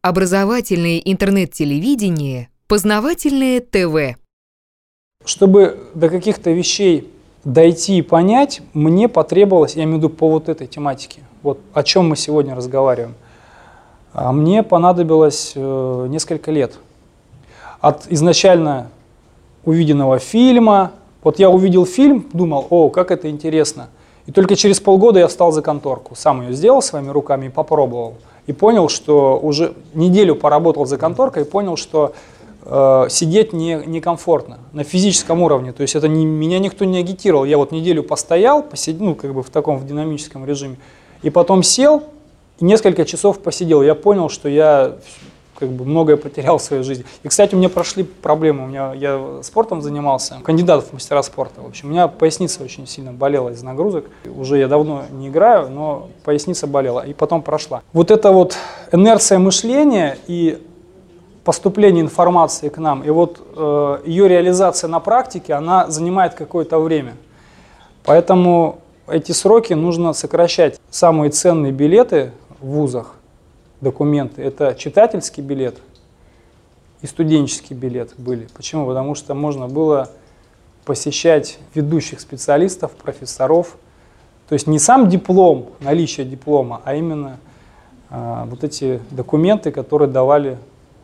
Образовательное интернет-телевидение, познавательное ТВ. Чтобы до каких-то вещей дойти и понять, мне потребовалось, я имею в виду по вот этой тематике, вот о чем мы сегодня разговариваем, мне понадобилось несколько лет. От изначально увиденного фильма, вот я увидел фильм, думал, о, как это интересно. И только через полгода я встал за конторку, сам ее сделал своими руками и попробовал. И понял, что уже неделю поработал за конторкой и понял, что сидеть некомфортно на физическом уровне. То есть это меня никто не агитировал. Я вот неделю постоял, посидел, ну, как бы в динамическом режиме, и потом сел, и несколько часов посидел. Я понял, что я как бы многое потерял в своей жизни. И, кстати, у меня прошли проблемы. Я спортом занимался, кандидат в мастера спорта. В общем, у меня поясница очень сильно болела из нагрузок. Уже я давно не играю, но поясница болела. И потом прошла. Вот эта вот инерция мышления и поступление информации к нам, и вот ее реализация на практике, она занимает какое-то время. Поэтому эти сроки нужно сокращать. Самые ценные билеты в вузах, документы, это читательский билет и студенческий билет были. Почему? Потому что можно было посещать ведущих специалистов, профессоров. То есть не сам диплом, наличие диплома, а именно вот эти документы, которые давали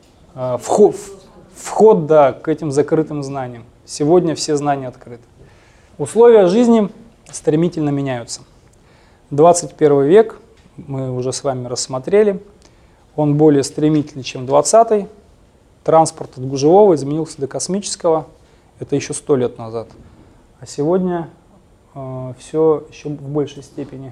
вход, да, к этим закрытым знаниям. Сегодня все знания открыты. Условия жизни стремительно меняются. 21 век мы уже с вами рассмотрели. Он более стремительный, чем 20-й. Транспорт от гужевого изменился до космического. Это еще 100 лет назад. А сегодня все еще в большей степени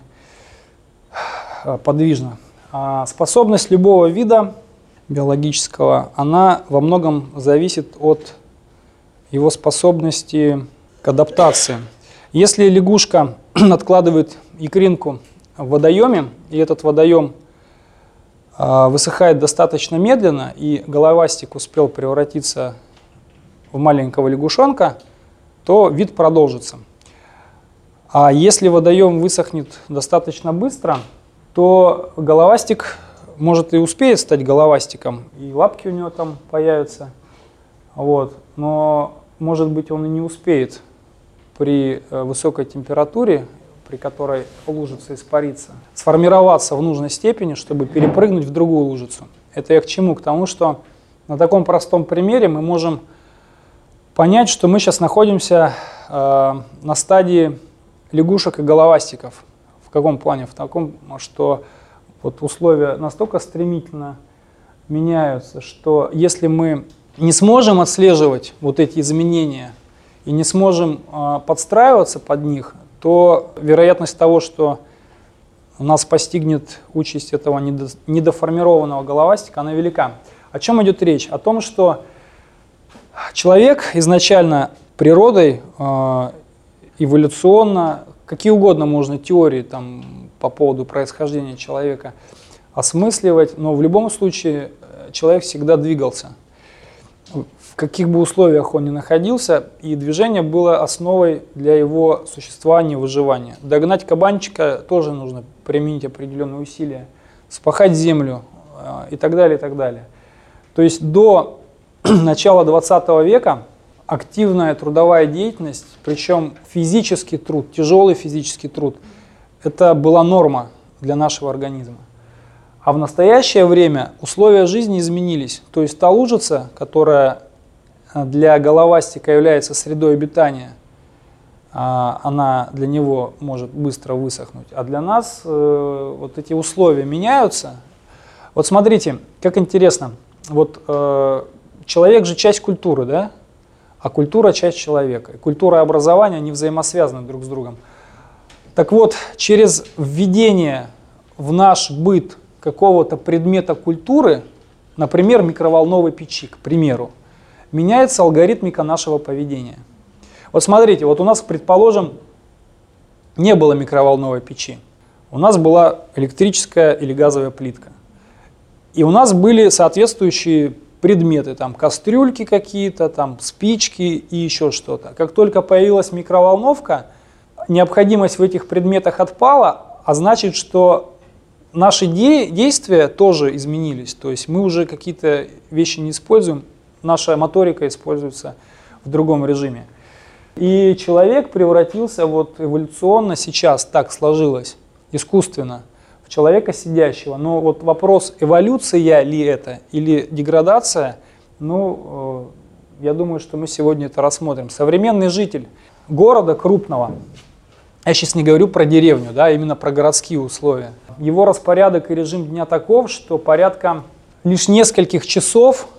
подвижно. Способность любого вида биологического, она во многом зависит от его способности к адаптации. Если лягушка откладывает икринку в водоеме, и этот водоем высыхает достаточно медленно, и головастик успел превратиться в маленького лягушонка, то вид продолжится. А если водоем высохнет достаточно быстро, то головастик может и успеет стать головастиком, и лапки у него там появятся, вот. Но может быть он и не успеет при высокой температуре, при которой лужица испарится, сформироваться в нужной степени, чтобы перепрыгнуть в другую лужицу. Это я к чему? К тому, что на таком простом примере мы можем понять, что мы сейчас находимся на стадии лягушек и головастиков. В каком плане? В таком, что вот условия настолько стремительно меняются, что если мы не сможем отслеживать вот эти изменения и не сможем подстраиваться под них, то вероятность того, что нас постигнет участь этого недоформированного головастика, она велика. О чем идет речь? О том, что человек изначально природой, эволюционно, какие угодно можно теории там, по поводу происхождения человека осмысливать, но в любом случае человек всегда двигался. В каких бы условиях он ни находился, и движение было основой для его существования и выживания. Догнать кабанчика тоже нужно применить определенные усилия, спахать землю и так далее, и так далее. То есть до начала 20 века активная трудовая деятельность, причем физический труд, тяжелый физический труд, это была норма для нашего организма. А в настоящее время условия жизни изменились. То есть та лужица, которая для головастика является средой обитания, она для него может быстро высохнуть. А для нас вот эти условия меняются. Вот смотрите, как интересно. Вот человек же часть культуры, да? А культура часть человека. И культура и образование, они взаимосвязаны друг с другом. Так вот, через введение в наш быт какого-то предмета культуры, например, микроволновой печи, к примеру, меняется алгоритмика нашего поведения. Вот смотрите, вот у нас, предположим, не было микроволновой печи. У нас была электрическая или газовая плитка. И у нас были соответствующие предметы, там кастрюльки какие-то, там спички и еще что-то. Как только появилась микроволновка, необходимость в этих предметах отпала, а значит, что наши действия тоже изменились, то есть мы уже какие-то вещи не используем, наша моторика используется в другом режиме. И человек превратился вот эволюционно сейчас, так сложилось, искусственно, в человека сидящего. Но вот вопрос, эволюция ли это или деградация, ну, я думаю, что мы сегодня это рассмотрим. Современный житель города крупного, я сейчас не говорю про деревню, да, именно про городские условия. Его распорядок и режим дня таков, что порядка лишь нескольких часов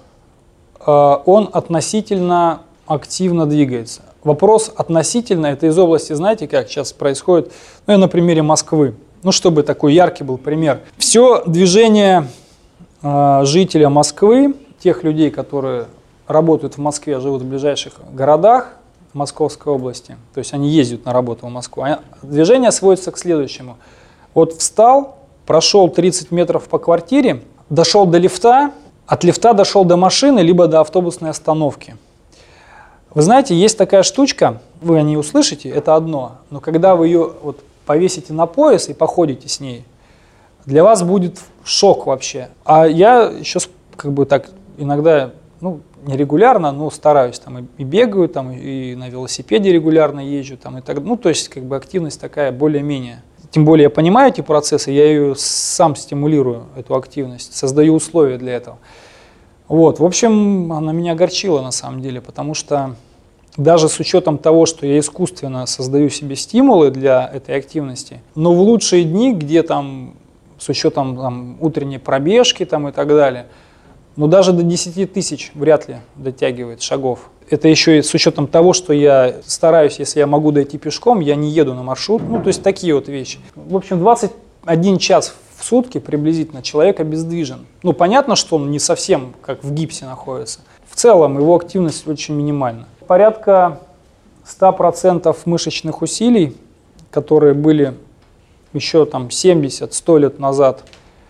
он относительно активно двигается. Вопрос относительно, это из области, знаете, как сейчас происходит, ну, я на примере Москвы, ну, чтобы такой яркий был пример. Все движение жителя Москвы, тех людей, которые работают в Москве, живут в ближайших городах Московской области, то есть они ездят на работу в Москву, движение сводится к следующему. Вот встал, прошел 30 метров по квартире, дошел до лифта, от лифта дошел до машины, либо до автобусной остановки. Вы знаете, есть такая штучка, вы о ней услышите, это одно, но когда вы ее вот повесите на пояс и походите с ней, для вас будет шок вообще. А я еще как бы так иногда, ну, нерегулярно, но стараюсь, там и бегаю, там, и на велосипеде регулярно езжу, там, и так, ну, то есть, как бы активность такая более-менее. Тем более я понимаю эти процессы, я ее сам стимулирую, эту активность, создаю условия для этого. Вот, в общем, она меня огорчила на самом деле, потому что даже с учетом того, что я искусственно создаю себе стимулы для этой активности, но в лучшие дни, где там, с учетом там, утренней пробежки там, и так далее, но даже до 10 тысяч вряд ли дотягивает шагов. Это еще и с учетом того, что я стараюсь, если я могу дойти пешком, я не еду на маршрут. Ну, то есть такие вот вещи. В общем, 21 час в сутки приблизительно человек обездвижен. Ну, понятно, что он не совсем как в гипсе находится. В целом его активность очень минимальна. Порядка 100% мышечных усилий, которые были еще там 70-100 лет назад,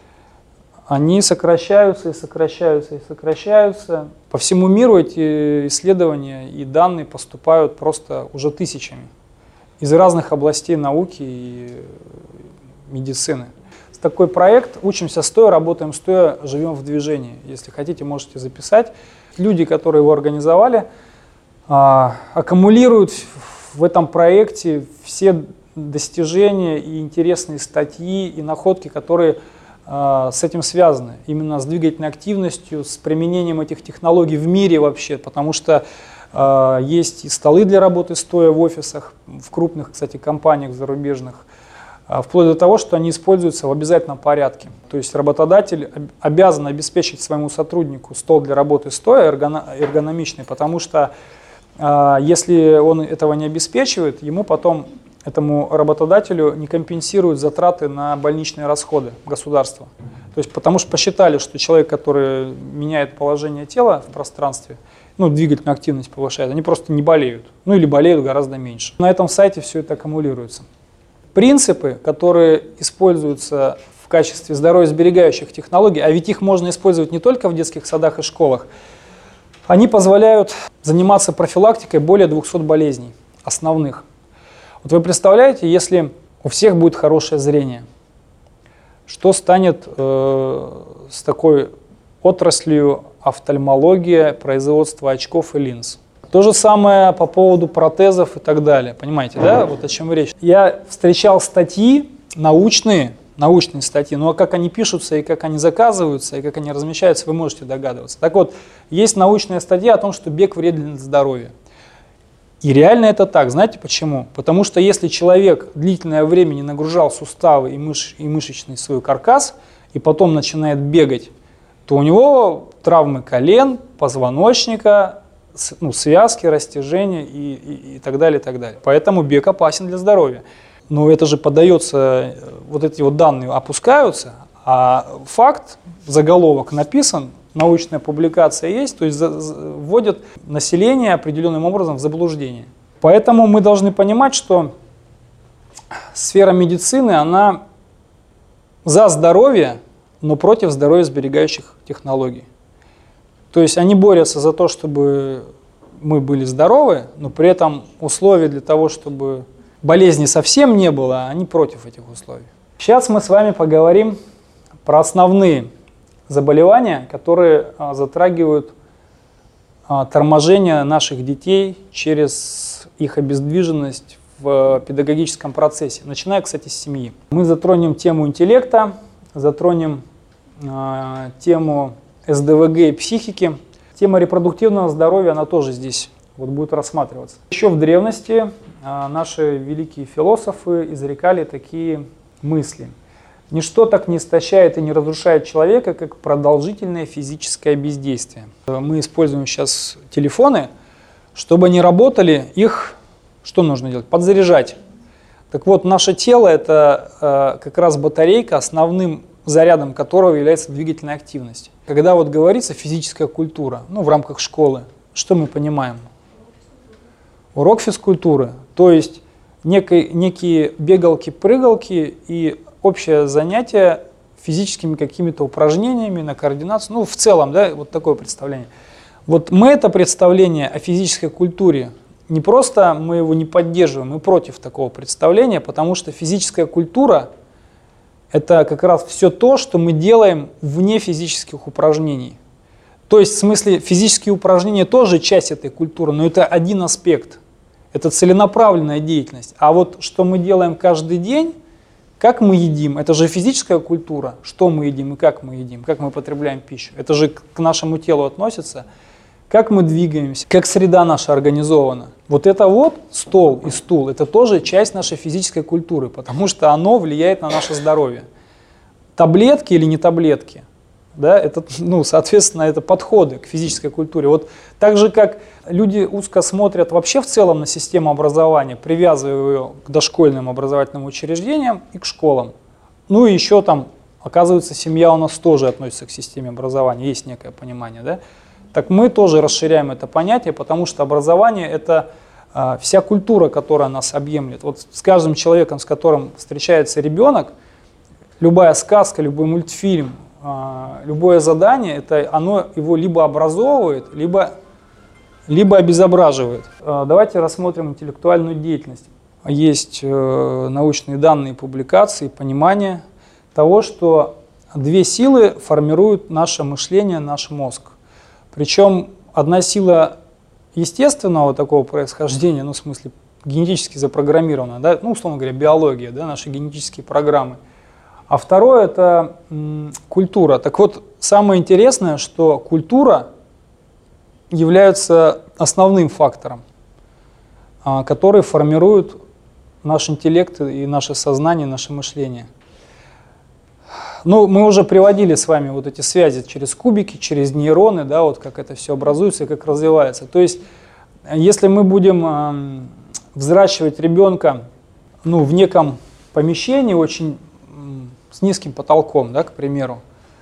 они сокращаются и сокращаются и сокращаются. По всему миру эти исследования и данные поступают просто уже тысячами из разных областей науки и медицины. Такой проект «Учимся стоя, работаем стоя, живем в движении». Если хотите, можете записать. Люди, которые его организовали, аккумулируют в этом проекте все достижения и интересные статьи и находки, которые с этим связаны, именно с двигательной активностью, с применением этих технологий в мире вообще, потому что есть и столы для работы стоя в офисах, в крупных, кстати, компаниях зарубежных, вплоть до того, что они используются в обязательном порядке. То есть работодатель обязан обеспечить своему сотруднику стол для работы стоя эргономичный, потому что если он этого не обеспечивает, ему потом, этому работодателю, не компенсируют затраты на больничные расходы государства. То есть потому что посчитали, что человек, который меняет положение тела в пространстве, ну, двигательную активность повышает, они просто не болеют. Ну или болеют гораздо меньше. На этом сайте все это аккумулируется. Принципы, которые используются в качестве здоровьесберегающих технологий, а ведь их можно использовать не только в детских садах и школах, они позволяют заниматься профилактикой более 200 болезней основных. Вот вы представляете, если у всех будет хорошее зрение, что станет с такой отраслью офтальмология, производство очков и линз? То же самое по поводу протезов и так далее. Понимаете, да, вот о чем речь? Я встречал статьи научные статьи, но как они пишутся и как они заказываются, и как они размещаются, вы можете догадываться. Так вот, есть научная статья о том, что бег вреден для здоровья. И реально это так. Знаете почему? Потому что если человек длительное время не нагружал суставы и мышечный свой каркас, и потом начинает бегать, то у него травмы колен, позвоночника, ну, связки, растяжения и так далее, и так далее. Поэтому бег опасен для здоровья. Но это же подается, вот эти вот данные опускаются, а факт, заголовок написан, научная публикация есть, то есть вводят население определенным образом в заблуждение. Поэтому мы должны понимать, что сфера медицины, она за здоровье, но против здоровьесберегающих технологий. То есть они борются за то, чтобы мы были здоровы, но при этом условия для того, чтобы болезни совсем не было, они против этих условий. Сейчас мы с вами поговорим про основные заболевания, которые затрагивают торможение наших детей через их обездвиженность в педагогическом процессе, начиная, кстати, с семьи. Мы затронем тему интеллекта, затронем тему СДВГ и психики. Тема репродуктивного здоровья, она тоже здесь будет рассматриваться. Еще в древности наши великие философы изрекали такие мысли. Ничто так не истощает и не разрушает человека, как продолжительное физическое бездействие. Мы используем сейчас телефоны, чтобы они работали, их что нужно делать? Подзаряжать. Так вот, наше тело – это как раз батарейка, основным зарядом которого является двигательная активность. Когда говорится физическая культура, в рамках школы, что мы понимаем? Урок физкультуры, то есть некие бегалки-прыгалки и общее занятие физическими какими-то упражнениями на координацию, в целом, такое представление. Мы это представление о физической культуре, не просто мы его не поддерживаем, мы против такого представления, потому что физическая культура – это как раз все то, что мы делаем вне физических упражнений. То есть, в смысле, физические упражнения тоже часть этой культуры, но это один аспект. Это целенаправленная деятельность. А что мы делаем каждый день, как мы едим, это же физическая культура, что мы едим, как мы потребляем пищу. Это же к нашему телу относится. Как мы двигаемся, как среда наша организована. Это стол и стул, это тоже часть нашей физической культуры, потому что оно влияет на наше здоровье. Таблетки или не таблетки, это, соответственно, это подходы к физической культуре. Так же, как люди узко смотрят вообще в целом на систему образования, привязывая ее к дошкольным образовательным учреждениям и к школам. И еще оказывается, семья у нас тоже относится к системе образования, есть некое понимание, Так мы тоже расширяем это понятие, потому что образование – это вся культура, которая нас объемлет. С каждым человеком, с которым встречается ребенок, любая сказка, любой мультфильм, любое задание, оно его либо образовывает, либо обезображивает. Давайте рассмотрим интеллектуальную деятельность. Есть научные данные, публикации, понимание того, что две силы формируют наше мышление, наш мозг. Причем одна сила естественного такого происхождения, в смысле генетически запрограммированная, условно говоря, биология, наши генетические программы. А второе – это культура. Так самое интересное, что культура является основным фактором, который формирует наш интеллект и наше сознание, наше мышление. Мы уже приводили с вами эти связи через кубики, через нейроны, как это все образуется и как развивается. То есть, если мы будем взращивать ребенка в неком помещении очень с низким потолком, к примеру,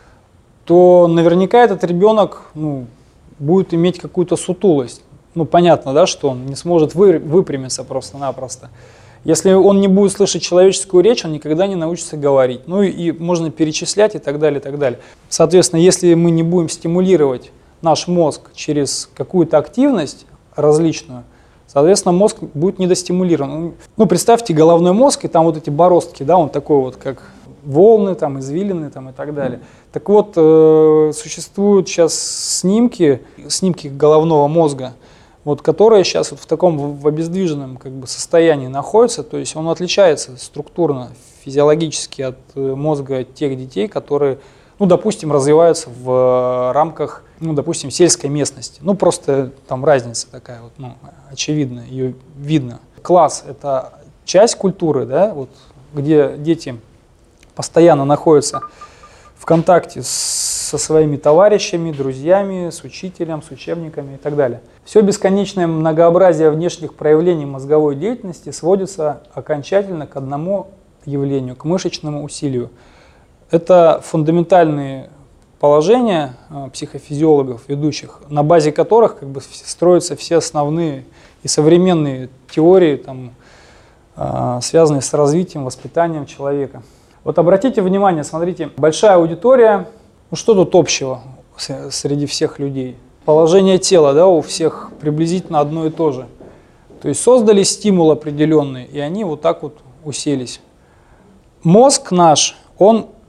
то наверняка этот ребенок будет иметь какую-то сутулость. Понятно, что он не сможет выпрямиться просто-напросто. Если он не будет слышать человеческую речь, он никогда не научится говорить. И можно перечислять и так далее, и так далее. Соответственно, если мы не будем стимулировать наш мозг через какую-то активность различную, соответственно, мозг будет недостимулирован. Представьте головной мозг, и там эти бороздки, он такой как волны, извилины и так далее. Так существуют сейчас снимки головного мозга, которые сейчас в таком обездвиженном состоянии находятся, то есть он отличается структурно, физиологически от мозга тех детей, которые, допустим, развиваются в рамках, допустим, сельской местности. Просто там разница такая, очевидно, ее видно. Класс – это часть культуры, где дети постоянно находятся в контакте со своими товарищами, друзьями, с учителем, с учебниками и так далее. Все бесконечное многообразие внешних проявлений мозговой деятельности сводится окончательно к одному явлению, к мышечному усилию. Это фундаментальные положения психофизиологов, ведущих, на базе которых строятся все основные и современные теории, связанные с развитием, воспитанием человека. Обратите внимание, смотрите, большая аудитория, что тут общего среди всех людей? Положение тела, у всех приблизительно одно и то же. То есть создали стимул определенный, и они так уселись. Мозг наш, он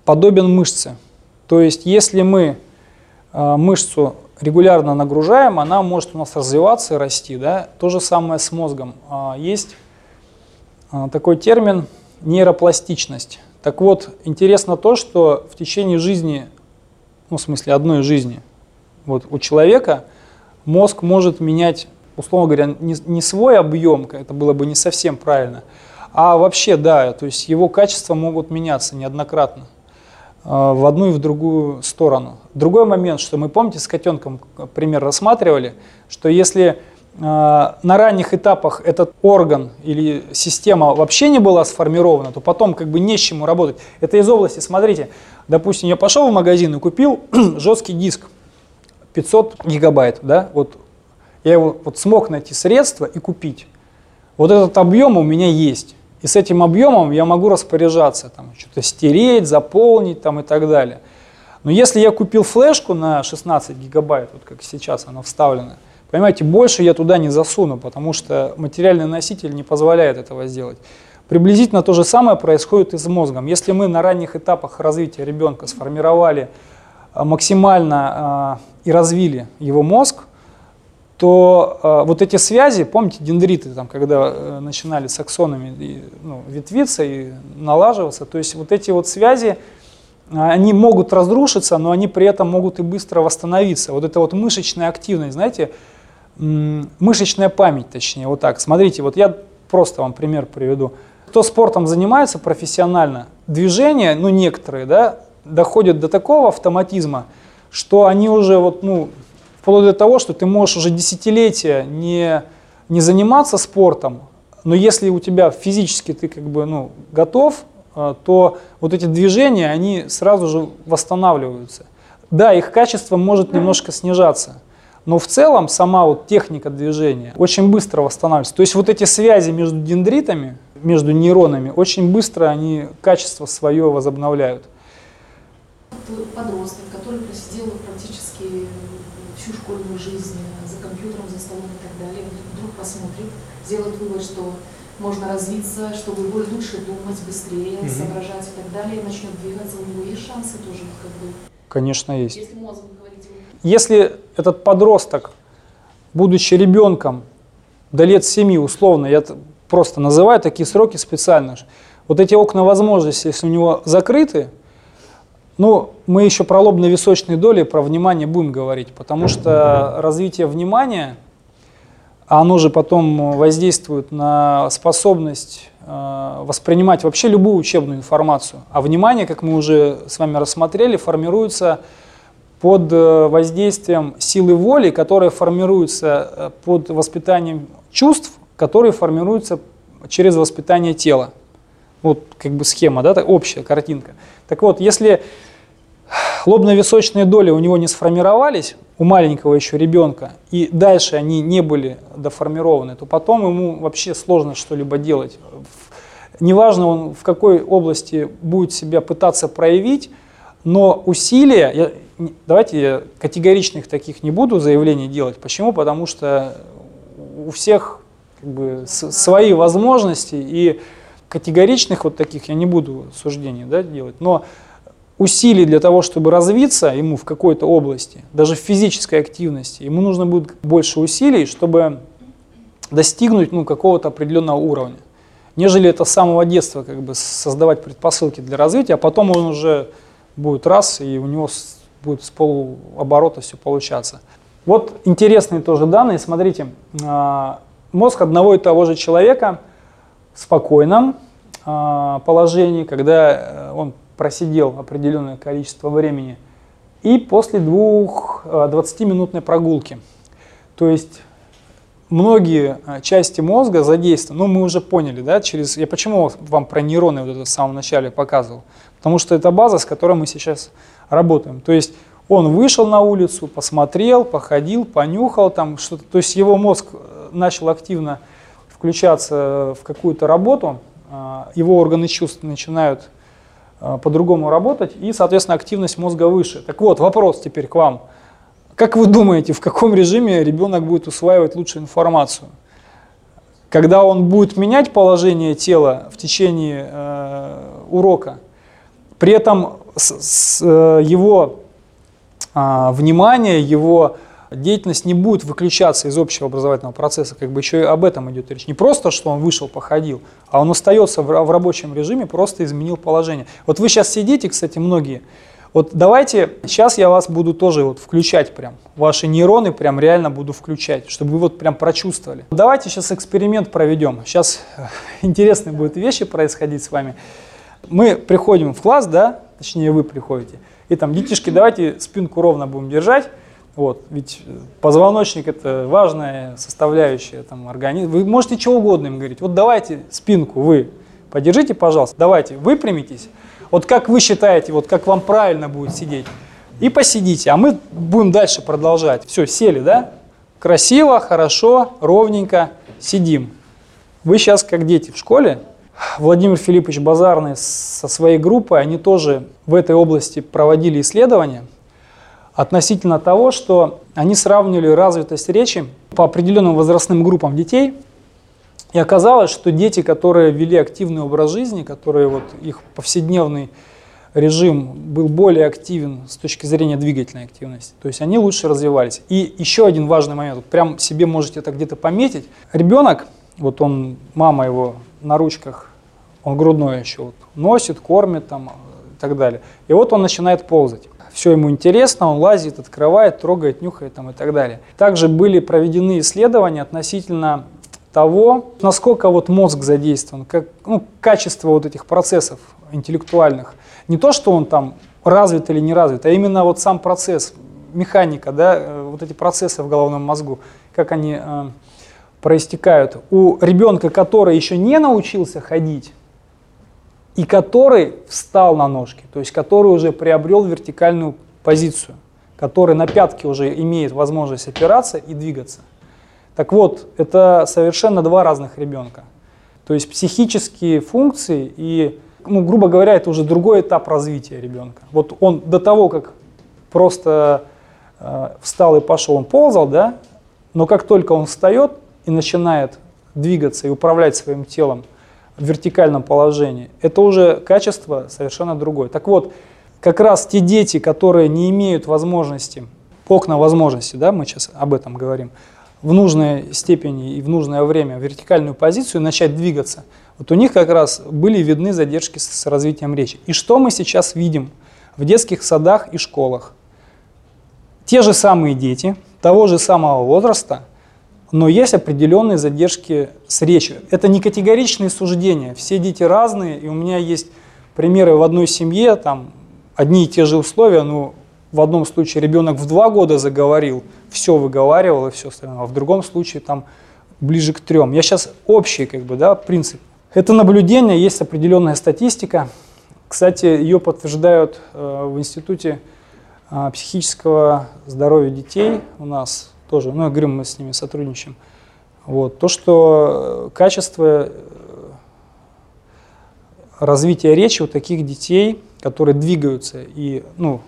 подобен мышце. То есть если мы мышцу регулярно нагружаем, она может у нас развиваться и расти. Да? То же самое с мозгом. Есть такой термин нейропластичность. Так вот, интересно то, что в течение жизни, ну, в смысле одной жизни, вот у человека мозг может менять, условно говоря, не свой объем, это было бы не совсем правильно, а вообще, да, то есть его качества могут меняться неоднократно в одну и в другую сторону. Другой момент, что мы, помните, с котенком пример рассматривали, что если на ранних этапах этот орган или система вообще не была сформирована, то потом как бы не с чему работать. Это из области, смотрите, допустим, я пошел в магазин и купил жесткий диск 500 гигабайт, да, вот я его вот смог найти средства и купить. Вот этот объем у меня есть. И с этим объемом я могу распоряжаться, там, что-то стереть, заполнить там, и так далее. Но если я купил флешку на 16 гигабайт, вот как сейчас она вставлена, понимаете, больше я туда не засуну, потому что материальный носитель не позволяет этого сделать. Приблизительно то же самое происходит и с мозгом. Если мы на ранних этапах развития ребенка сформировали максимально и развили его мозг, то вот эти связи, помните, дендриты, там, когда начинали с аксонами ветвиться и налаживаться, то есть вот эти вот связи, они могут разрушиться, но они при этом могут и быстро восстановиться. Вот это вот мышечная активность, знаете, мышечная память, точнее, вот так. Смотрите, вот я просто вам пример приведу. Кто спортом занимается профессионально, движения, ну некоторые, да, доходят до такого автоматизма, что они уже вот, ну, вплоть до того, что ты можешь уже десятилетия не заниматься спортом, но если у тебя физически ты как бы, ну, готов, то вот эти движения, они сразу же восстанавливаются. Да, их качество может немножко снижаться, но в целом сама вот техника движения очень быстро восстанавливается. То есть вот эти связи между дендритами, между нейронами, очень быстро они качество свое возобновляют. Подросток, который просидел практически всю школьную жизнь за компьютером, за столом и так далее, вдруг посмотрит, сделает вывод, что можно развиться, чтобы лучше думать, быстрее, соображать и так далее, начнет двигаться, у него есть шансы тоже как бы? Конечно, есть. Если мозг, вы говорите, если этот подросток, будучи ребенком до лет 7 условно, я просто называю такие сроки специально, вот эти окна возможностей, если у него закрыты, ну, мы еще про лобно-височные доли, про внимание будем говорить, потому что развитие внимания, оно же потом воздействует на способность воспринимать вообще любую учебную информацию. А внимание, как мы уже с вами рассмотрели, формируется под воздействием силы воли, которая формируется под воспитанием чувств, которые формируются через воспитание тела. Вот как бы схема, да, общая картинка. Так вот, если лобно-височные доли у него не сформировались, у маленького еще ребенка, и дальше они не были доформированы, то потом ему вообще сложно что-либо делать. Неважно, он в какой области будет себя пытаться проявить, но усилия, давайте я категоричных таких не буду заявлений делать. Почему? Потому что у всех как бы свои возможности, и категоричных вот таких я не буду суждений, да, делать. Но усилий для того, чтобы развиться ему в какой-то области, даже в физической активности, ему нужно будет больше усилий, чтобы достигнуть, ну, какого-то определенного уровня, нежели это с самого детства как бы создавать предпосылки для развития, а потом он уже будет раз, и у него будет с полуоборота все получаться. Вот интересные тоже данные, смотрите, мозг одного и того же человека в спокойном положении, когда он просидел определенное количество времени, и после 20-минутной прогулки. То есть многие части мозга задействованы, ну мы уже поняли, да, я почему вам про нейроны вот это в самом начале показывал, потому что это база, с которой мы сейчас работаем. То есть он вышел на улицу, посмотрел, походил, понюхал там что-то, то есть его мозг начал активно включаться в какую-то работу, его органы чувств начинают по-другому работать, и, соответственно, активность мозга выше. Так вот, вопрос теперь к вам. Как вы думаете, в каком режиме ребенок будет усваивать лучшую информацию? Когда он будет менять положение тела в течение урока, при этом его внимание, его деятельность не будет выключаться из общего образовательного процесса, как бы еще и об этом идет речь. Не просто, что он вышел, походил, а он остается в рабочем режиме, просто изменил положение. Вот вы сейчас сидите, кстати, многие, вот давайте, сейчас я вас буду тоже вот включать прям, ваши нейроны прям реально буду включать, чтобы вы вот прям прочувствовали. Давайте сейчас эксперимент проведем. Сейчас интересные будут вещи происходить с вами. Мы приходим в класс, да, точнее вы приходите, и там, детишки, давайте спинку ровно будем держать. Вот, ведь позвоночник – это важная составляющая там, организма. Вы можете чего угодно им говорить. Вот давайте спинку вы подержите, пожалуйста, давайте выпрямитесь. Вот как вы считаете, вот как вам правильно будет сидеть. И посидите, а мы будем дальше продолжать. Все, сели, да? Красиво, хорошо, ровненько сидим. Вы сейчас как дети в школе. Владимир Филиппович Базарный со своей группой, они тоже в этой области проводили исследования относительно того, что они сравнивали развитость речи по определенным возрастным группам детей, и оказалось, что дети, которые вели активный образ жизни, которые вот их повседневный режим был более активен с точки зрения двигательной активности, то есть они лучше развивались. И еще один важный момент, вот прям себе можете это где-то пометить. Ребенок, вот он, мама его на ручках, он грудной еще вот, носит, кормит там, и так далее. И вот он начинает ползать. Все ему интересно, он лазит, открывает, трогает, нюхает там, и так далее. Также были проведены исследования относительно того, насколько вот мозг задействован, как, качество вот этих процессов интеллектуальных. Не то, что он там развит или не развит, а именно вот сам процесс, механика, да, вот эти процессы в головном мозгу, как они проистекают. У ребенка, который еще не научился ходить, и который встал на ножки, то есть который уже приобрел вертикальную позицию, который на пятке уже имеет возможность опираться и двигаться. Так вот, это совершенно два разных ребенка. То есть психические функции и, грубо говоря, это уже другой этап развития ребенка. Вот он до того, как просто встал и пошел, он ползал, да, но как только он встает и начинает двигаться и управлять своим телом в вертикальном положении, это уже качество совершенно другое. Так вот, как раз те дети, которые не имеют возможности, окна возможности, да, мы сейчас об этом говорим, в нужной степени и в нужное время в вертикальную позицию начать двигаться, вот у них как раз были видны задержки с развитием речи. И что мы сейчас видим в детских садах и школах? Те же самые дети, того же самого возраста, но есть определенные задержки с речью. Это не категоричные суждения. Все дети разные, и у меня есть примеры в одной семье, там одни и те же условия, но в одном случае ребенок в 2 года заговорил, все выговаривал и все остальное, а в другом случае там ближе к 3. Я сейчас общий принцип. Это наблюдение, есть определенная статистика. Кстати, ее подтверждают в Институте психического здоровья детей у нас тоже, я говорю, мы с ними сотрудничаем. Вот. То, что качество развития речи у таких детей, которые двигаются и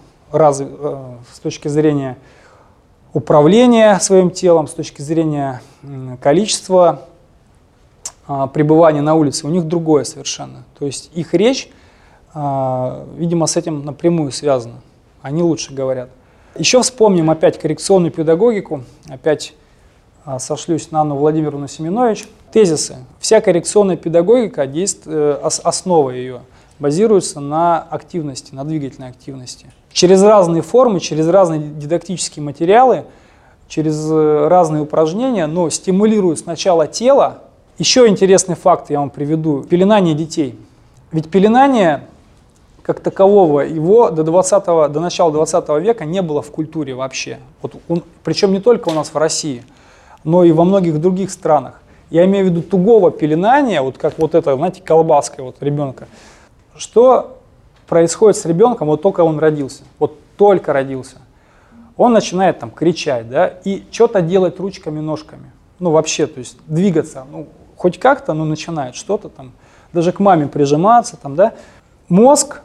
с точки зрения управления своим телом, с точки зрения количества пребывания на улице, у них другое совершенно. То есть их речь, видимо, с этим напрямую связана. Они лучше говорят. Еще вспомним опять коррекционную педагогику, опять сошлюсь на Анну Владимировну Семенович. Тезисы. Вся коррекционная педагогика, основа ее базируется на активности, на двигательной активности. Через разные формы, через разные дидактические материалы, через разные упражнения, но стимулируют сначала тело. Еще интересный факт я вам приведу. Пеленание детей. Ведь пеленание как такового его до начала 20 века не было в культуре вообще. Причем не только у нас в России, но и во многих других странах. Я имею в виду тугого пеленания, как это, знаете, колбаской ребенка. Что происходит с ребенком, только он родился, только родился. Он начинает кричать, да, и что-то делать ручками, ножками. Вообще, то есть двигаться, хоть как-то, но начинает что-то там, даже к маме прижиматься, там, да. Мозг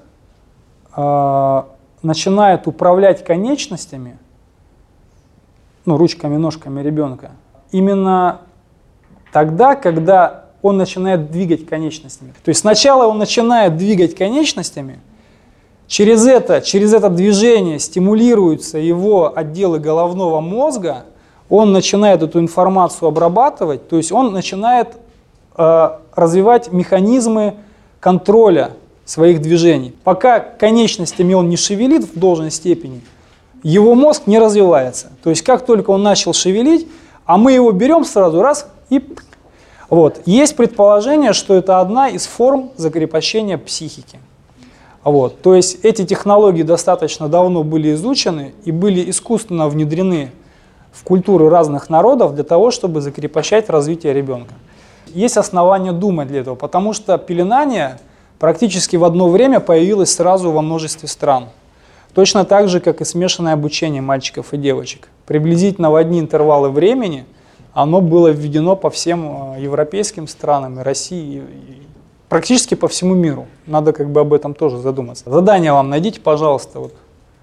начинает управлять конечностями, ручками, ножками ребенка, именно тогда, когда он начинает двигать конечностями. То есть сначала он начинает двигать конечностями, Через это движение стимулируются его отделы головного мозга, он начинает эту информацию обрабатывать, то есть он начинает развивать механизмы контроля своих движений. Пока конечностями он не шевелит в должной степени, его мозг не развивается. То есть как только он начал шевелить, а мы его берем сразу раз и... Вот. Есть предположение, что это одна из форм закрепощения психики. Вот. То есть эти технологии достаточно давно были изучены и были искусственно внедрены в культуру разных народов для того, чтобы закрепощать развитие ребенка. Есть основания думать для этого, потому что пеленание практически в одно время появилось сразу во множестве стран. Точно так же, как и смешанное обучение мальчиков и девочек. Приблизительно в одни интервалы времени оно было введено по всем европейским странам, и России, и практически по всему миру. Надо как бы об этом тоже задуматься. Задание вам найдите, пожалуйста. Вот.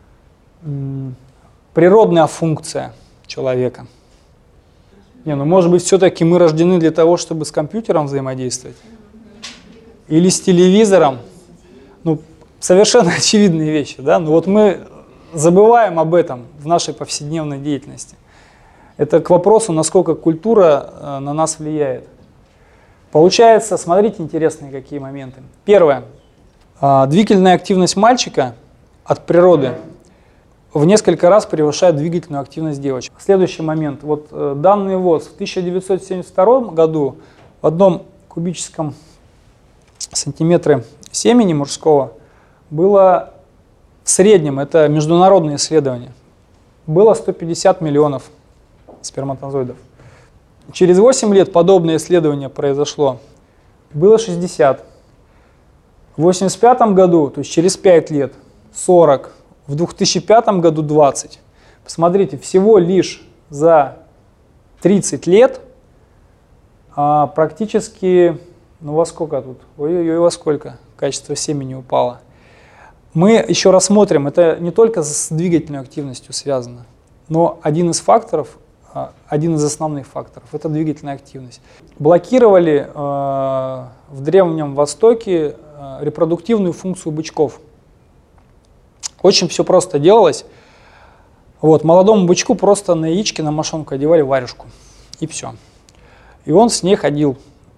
Природная функция человека. Не, ну может быть все-таки мы рождены для того, чтобы с компьютером взаимодействовать? Или с телевизором? Ну, совершенно очевидные вещи, да? Но вот мы забываем об этом в нашей повседневной деятельности. Это к вопросу, насколько культура на нас влияет. Получается, смотрите, интересные какие моменты. Первое. Двигательная активность мальчика от природы в несколько раз превышает двигательную активность девочек. Следующий момент. Вот данный ВОЗ в 1972 году в 1 кубическом сантиметре семени мужского было в среднем, это международные исследования, было 150 миллионов сперматозоидов. Через 8 лет подобное исследование произошло, было 60. В 1985 году, то есть через 5 лет, 40. В 2005 году 20. Посмотрите, всего лишь за 30 лет практически, ну во сколько тут? Ой-ой-ой, во сколько качество семени упало. Мы еще рассмотрим, это не только с двигательной активностью связано, но один из факторов, один из основных факторов – это двигательная активность. Блокировали в Древнем Востоке репродуктивную функцию бычков. Очень все просто делалось. Вот, молодому бычку просто на яички, на мошонку одевали варежку. И все. И он с ней ходил.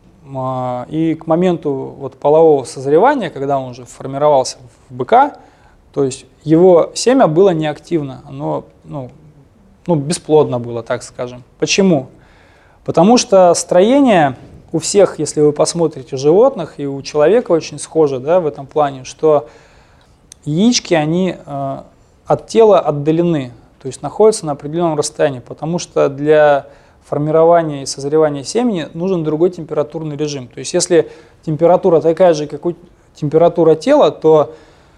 И к моменту вот полового созревания, когда он уже формировался в быка, то есть его семя было неактивно, оно бесплодно было, так скажем. Почему? Потому что строение у всех, если вы посмотрите животных, и у человека очень схоже, да, в этом плане, что яички, они от тела отдалены, то есть находятся на определенном расстоянии, потому что для формирования и созревания семени нужен другой температурный режим. То есть если температура такая же, как температура тела, то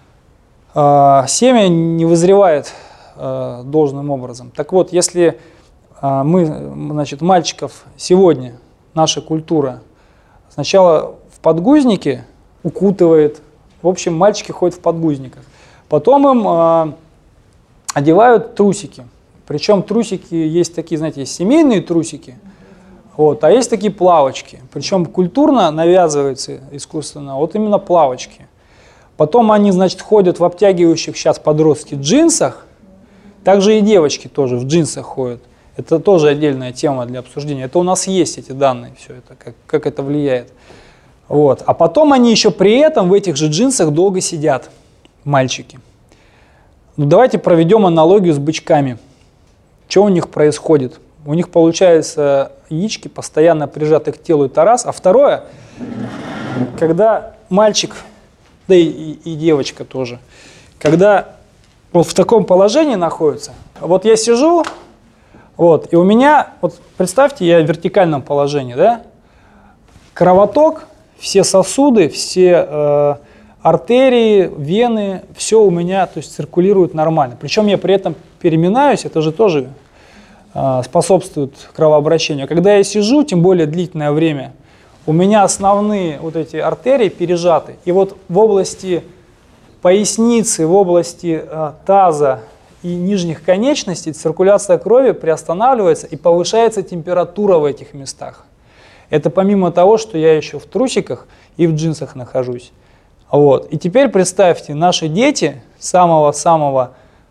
семя не вызревает должным образом. Так вот, если мы, значит, мальчиков сегодня, наша культура сначала в подгузнике укутывает, в общем, мальчики ходят в подгузниках, потом им одевают трусики. Причем трусики есть такие, знаете, есть семейные трусики, вот, а есть такие плавочки. Причем культурно навязывается искусственно вот именно плавочки. Потом они, значит, ходят в обтягивающих сейчас подростки джинсах. Также и девочки тоже в джинсах ходят. Это тоже отдельная тема для обсуждения. Это у нас есть эти данные, все это, как это влияет. Вот. А потом они еще при этом в этих же джинсах долго сидят, мальчики. Ну, давайте проведем аналогию с бычками. Что у них происходит? У них, получается, яички постоянно прижаты к телу, это раз. А второе, когда мальчик, да и девочка тоже, когда вот в таком положении находится, вот я сижу, вот, и у меня, вот представьте, я в вертикальном положении, да, кровоток, все сосуды, все артерии, вены, все у меня, то есть, циркулирует нормально. Причем я при этом переминаюсь, это же тоже способствует кровообращению. Когда я сижу, тем более длительное время, у меня основные вот эти артерии пережаты. И вот в области поясницы, в области таза и нижних конечностей циркуляция крови приостанавливается и повышается температура в этих местах. Это помимо того, что я еще в трусиках и в джинсах нахожусь. Вот. И теперь представьте, наши дети самого-самого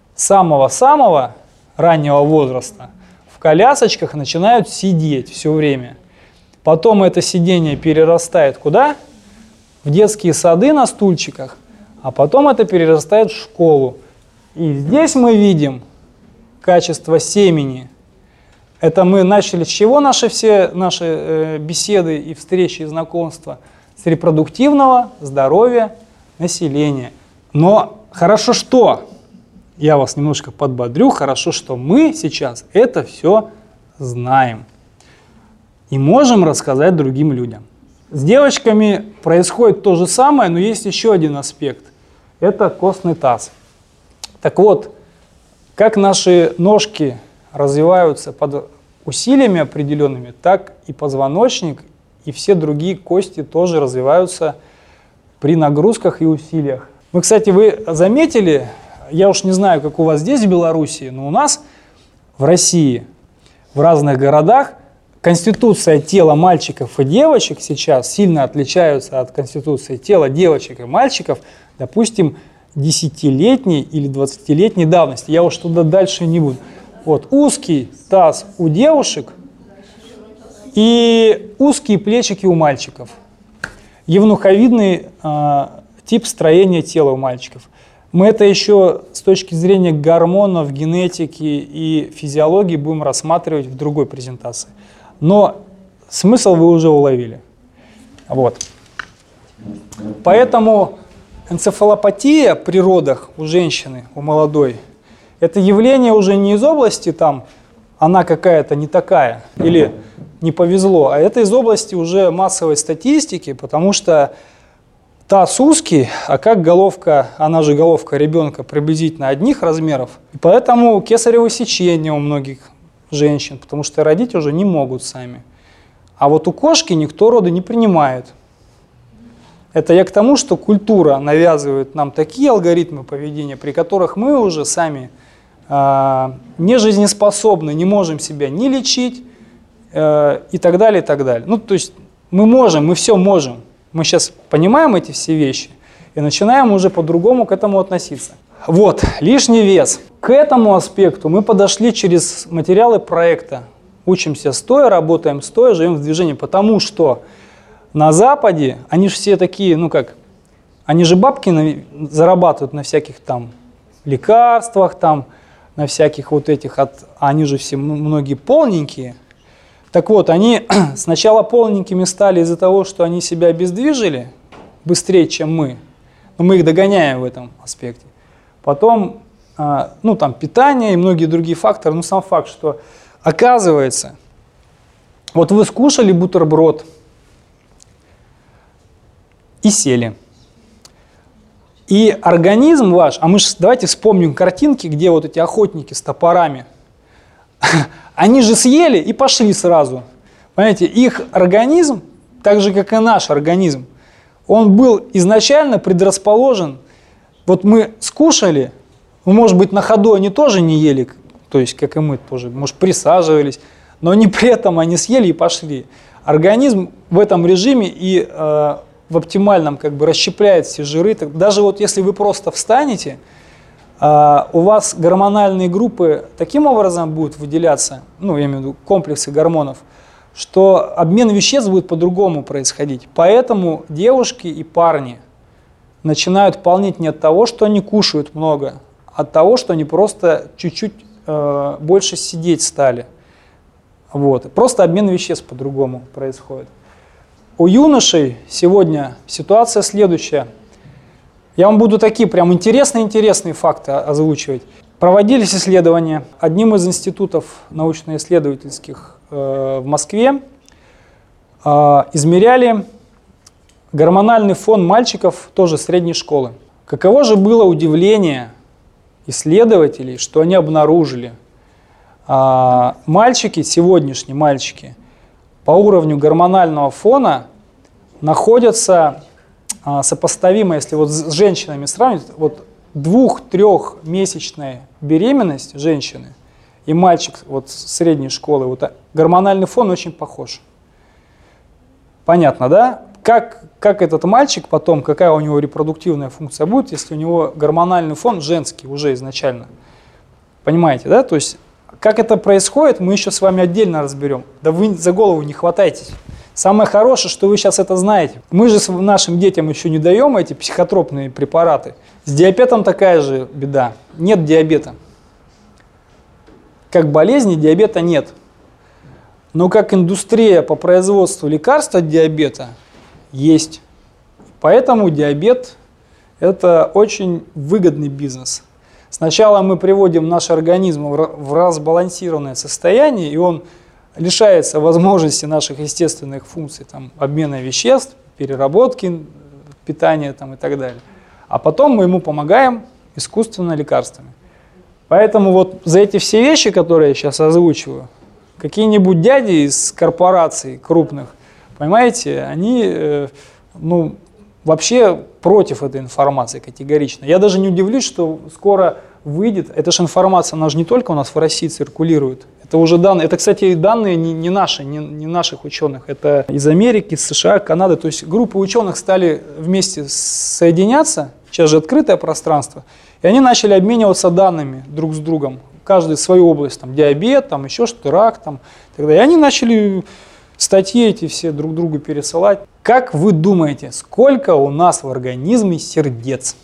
раннего возраста в колясочках начинают сидеть все время. Потом это сидение перерастает куда? В детские сады на стульчиках, а потом это перерастает в школу. И здесь мы видим качество семени. Это мы начали с чего наши беседы и встречи и знакомства? С репродуктивного здоровья населения. Но хорошо, что, я вас немножко подбодрю, хорошо, что мы сейчас это все знаем и можем рассказать другим людям. С девочками происходит то же самое, но есть еще один аспект. Это костный таз. Так вот, как наши ножки развиваются под усилиями определенными, так и позвоночник, и все другие кости тоже развиваются при нагрузках и усилиях. Кстати, вы заметили, я уж не знаю, как у вас здесь в Беларуси, но у нас в России, в разных городах, конституция тела мальчиков и девочек сейчас сильно отличаются от конституции тела девочек и мальчиков, допустим, 10-летней или 20-летней давности. Я уж туда дальше не буду. Вот, узкий таз у девушек и узкие плечики у мальчиков. Евнуховидный тип строения тела у мальчиков. Мы это еще с точки зрения гормонов, генетики и физиологии будем рассматривать в другой презентации. Но смысл вы уже уловили. Вот. Поэтому энцефалопатия при родах у женщины, у молодой, это явление уже не из области там, она какая-то не такая или не повезло, а это из области уже массовой статистики, потому что таз узкий, а как головка, она же головка ребенка приблизительно одних размеров, и поэтому кесарево сечение у многих женщин, потому что родить уже не могут сами. А вот у кошки никто роды не принимает. Это я к тому, что культура навязывает нам такие алгоритмы поведения, при которых мы уже сами не жизнеспособны, не можем себя ни лечить и так далее, и так далее. Ну, то есть мы можем, мы все можем. Мы сейчас понимаем эти все вещи и начинаем уже по-другому к этому относиться. Вот, лишний вес. К этому аспекту мы подошли через материалы проекта. Учимся стоя, работаем стоя, живем в движении, потому что на Западе, они же все такие, ну как, они же бабки зарабатывают на всяких там лекарствах, там, на всяких вот этих, они же все многие полненькие. Так вот, они сначала полненькими стали из-за того, что они себя обездвижили быстрее, чем мы. Но мы их догоняем в этом аспекте. Потом, ну там питание и многие другие факторы, но сам факт, что оказывается, вот вы скушали бутерброд и сели. И организм ваш, а мы же давайте вспомним картинки, где вот эти охотники с топорами, они же съели и пошли сразу. Понимаете, их организм, так же как и наш организм, он был изначально предрасположен. Вот мы скушали, ну, может быть, на ходу они тоже не ели, то есть, как и мы тоже, может, присаживались, но они при этом они съели и пошли. Организм в этом режиме и в оптимальном как бы расщепляет все жиры. Даже вот если вы просто встанете, у вас гормональные группы таким образом будут выделяться, ну, я имею в виду комплексы гормонов, что обмен веществ будет по-другому происходить. Поэтому девушки и парни начинают полнеть не от того, что они кушают много, а от того, что они просто чуть-чуть больше сидеть стали. Вот. Просто обмен веществ по-другому происходит. У юношей сегодня ситуация следующая. Я вам буду такие прям интересные факты озвучивать. Проводились исследования. Одним из институтов научно-исследовательских в Москве измеряли гормональный фон мальчиков тоже средней школы. Каково же было удивление исследователей, что они обнаружили. Мальчики, сегодняшние мальчики, по уровню гормонального фона находятся сопоставимо, если вот с женщинами сравнивать, вот 2-3-месячная беременность женщины и мальчик вот средней школы, вот гормональный фон очень похож. Понятно, да? Как как этот мальчик потом, какая у него репродуктивная функция будет, если у него гормональный фон женский уже изначально. Понимаете, да? То есть, как это происходит, мы еще с вами отдельно разберем. Да вы за голову не хватайтесь. Самое хорошее, что вы сейчас это знаете. Мы же нашим детям еще не даем эти психотропные препараты. С диабетом такая же беда. Нет диабета. Как болезни, диабета нет. Но как индустрия по производству лекарств от диабета есть. Поэтому диабет – это очень выгодный бизнес. Сначала мы приводим наш организм в разбалансированное состояние, и он лишается возможности наших естественных функций, там, обмена веществ, переработки питания там, и так далее. А потом мы ему помогаем искусственно лекарствами. Поэтому вот за эти все вещи, которые я сейчас озвучиваю, какие-нибудь дяди из корпораций крупных, понимаете, они вообще против этой информации категорично. Я даже не удивлюсь, что скоро выйдет, эта же информация, она же не только у нас в России циркулирует, это уже данные, это, кстати, данные не наши, не наших ученых, это из Америки, из США, Канады, то есть группы ученых стали вместе соединяться, сейчас же открытое пространство, и они начали обмениваться данными друг с другом, каждый в свою область, там, диабет, там, еще что-то, рак, там, и так далее. И они начали статьи эти все друг другу пересылать. Как вы думаете, сколько у нас в организме сердец?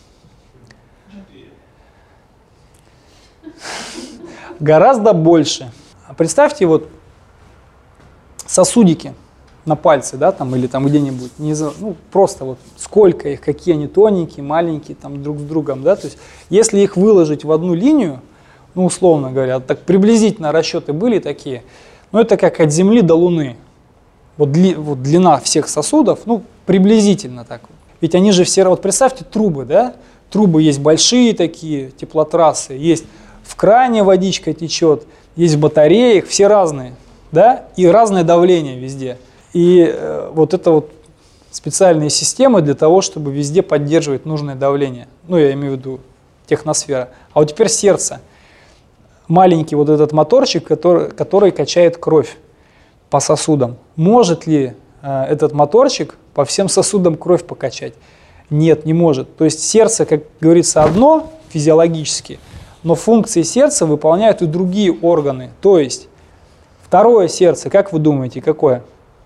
Гораздо больше. Представьте вот сосудики на пальце, да, там, или там где-нибудь, просто вот сколько их, какие они тоненькие, маленькие, там, друг с другом, да, то есть если их выложить в одну линию, условно говоря, так приблизительно расчеты были такие, это как от Земли до Луны. Вот длина всех сосудов, приблизительно так. Ведь они же все, вот представьте трубы, да? Трубы есть большие такие, теплотрассы, есть в кране водичка течет, есть в батареях, все разные, да? И разное давление везде. И вот это вот специальные системы для того, чтобы везде поддерживать нужное давление. Я имею в виду техносфера. А вот теперь сердце. Маленький вот этот моторчик, который качает кровь по сосудам. Может ли этот моторчик по всем сосудам кровь покачать? Нет, не может. То есть сердце, как говорится, одно физиологически, но функции сердца выполняют и другие органы. То есть второе сердце, как вы думаете, какое?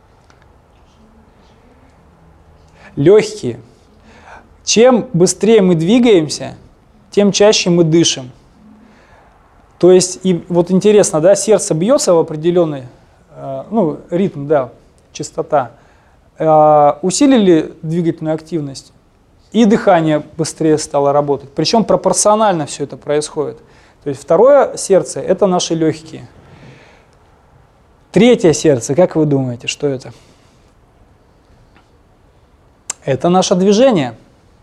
Легкие. Чем быстрее мы двигаемся, тем чаще мы дышим. То есть, и вот интересно, да, сердце бьется в определенный ритм, да, частота. Усилили двигательную активность, и дыхание быстрее стало работать. Причем пропорционально все это происходит. То есть второе сердце – это наши легкие. Третье сердце, как вы думаете, что это? Это наше движение.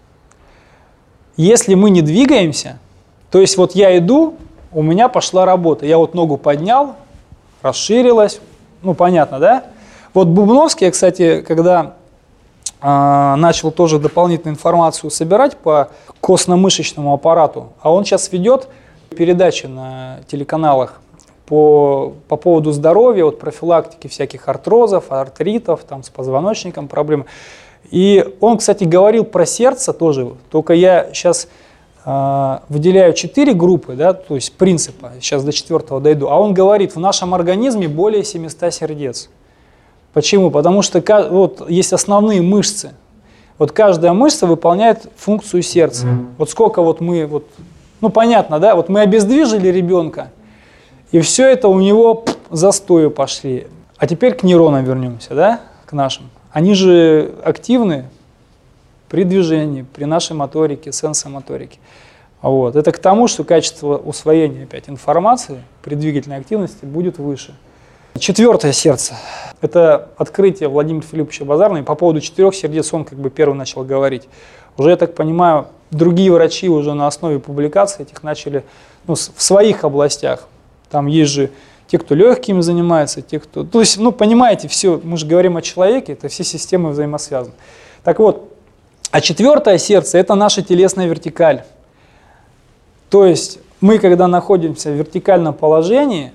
Если мы не двигаемся, то есть вот я иду, у меня пошла работа. Я вот ногу поднял, расширилась. Понятно, да? Вот Бубновский, я, кстати, когда начал тоже дополнительную информацию собирать по костно-мышечному аппарату, а он сейчас ведет передачи на телеканалах по поводу здоровья, вот профилактики всяких артрозов, артритов, там, с позвоночником проблемы. И он, кстати, говорил про сердце тоже, только я сейчас выделяю 4 группы, да, то есть принципа, сейчас до 4-го дойду, а он говорит, в нашем организме более 700 сердец. Почему? Потому что вот есть основные мышцы. Вот каждая мышца выполняет функцию сердца. Вот сколько вот мы, понятно, да, вот мы обездвижили ребенка, и все это у него застою пошли. А теперь к нейронам вернемся, да, к нашим. Они же активны при движении, при нашей моторике, сенсомоторике. Вот. Это к тому, что качество усвоения опять информации при двигательной активности будет выше. 4-е сердце. Это открытие Владимира Филипповича Базарного. И по поводу 4 сердец он как бы первый начал говорить. Уже, я так понимаю, другие врачи уже на основе публикаций этих начали в своих областях. Там есть же те, кто легкими занимается, те, кто... То есть, понимаете, все, мы же говорим о человеке, это все системы взаимосвязаны. Так вот, а 4-е сердце – это наша телесная вертикаль. То есть мы, когда находимся в вертикальном положении,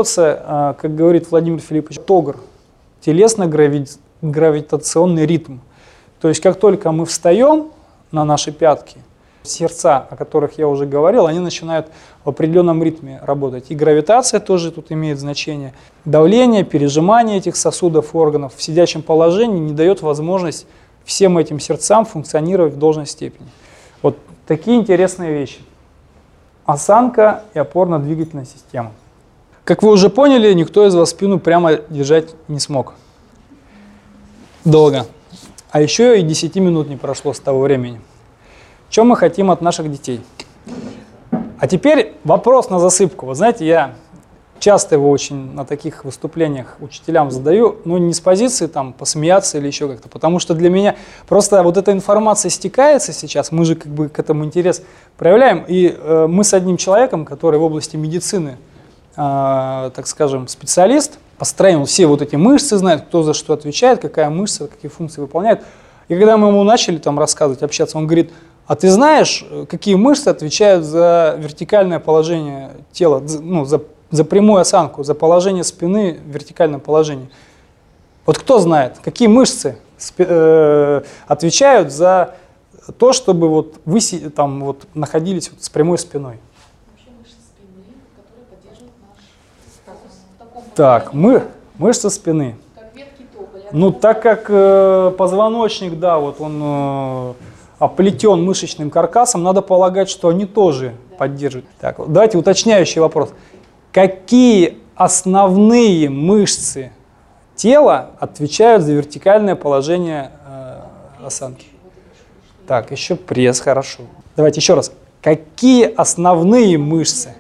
создается, как говорит Владимир Филиппович, ТОГР, телесно-гравитационный ритм. То есть как только мы встаем на наши пятки, сердца, о которых я уже говорил, они начинают в определенном ритме работать. И гравитация тоже тут имеет значение. Давление, пережимание этих сосудов, органов в сидячем положении не дает возможность всем этим сердцам функционировать в должной степени. Вот такие интересные вещи. Осанка и опорно-двигательная система. Как вы уже поняли, никто из вас спину прямо держать не смог. Долго. А еще и 10 минут не прошло с того времени. Что мы хотим от наших детей? А теперь вопрос на засыпку. Вы знаете, я часто его очень на таких выступлениях учителям задаю, но не с позиции там посмеяться или еще как-то, потому что для меня просто вот эта информация стекается сейчас, мы же как бы к этому интерес проявляем, и мы с одним человеком, который в области медицины, так скажем, специалист, построил все вот эти мышцы, знает, кто за что отвечает, какая мышца, какие функции выполняет. И когда мы ему начали там рассказывать, общаться, он говорит: а ты знаешь, какие мышцы отвечают за вертикальное положение тела, ну, за прямую осанку, за положение спины в вертикальном положении? Вот кто знает, какие мышцы отвечают за то, чтобы вот вы там вот находились вот с прямой спиной? Вообще мышцы спины, которые поддерживают наш статус в таком Так, мышцы спины. как ветки тополя. Ну, так как позвоночник, да, вот он оплетен мышечным каркасом, надо полагать, что они тоже поддерживают. Так, давайте уточняющий вопрос. Какие основные мышцы тела отвечают за вертикальное положение осанки? Так, еще пресс, хорошо. Давайте еще раз. Какие основные мышцы?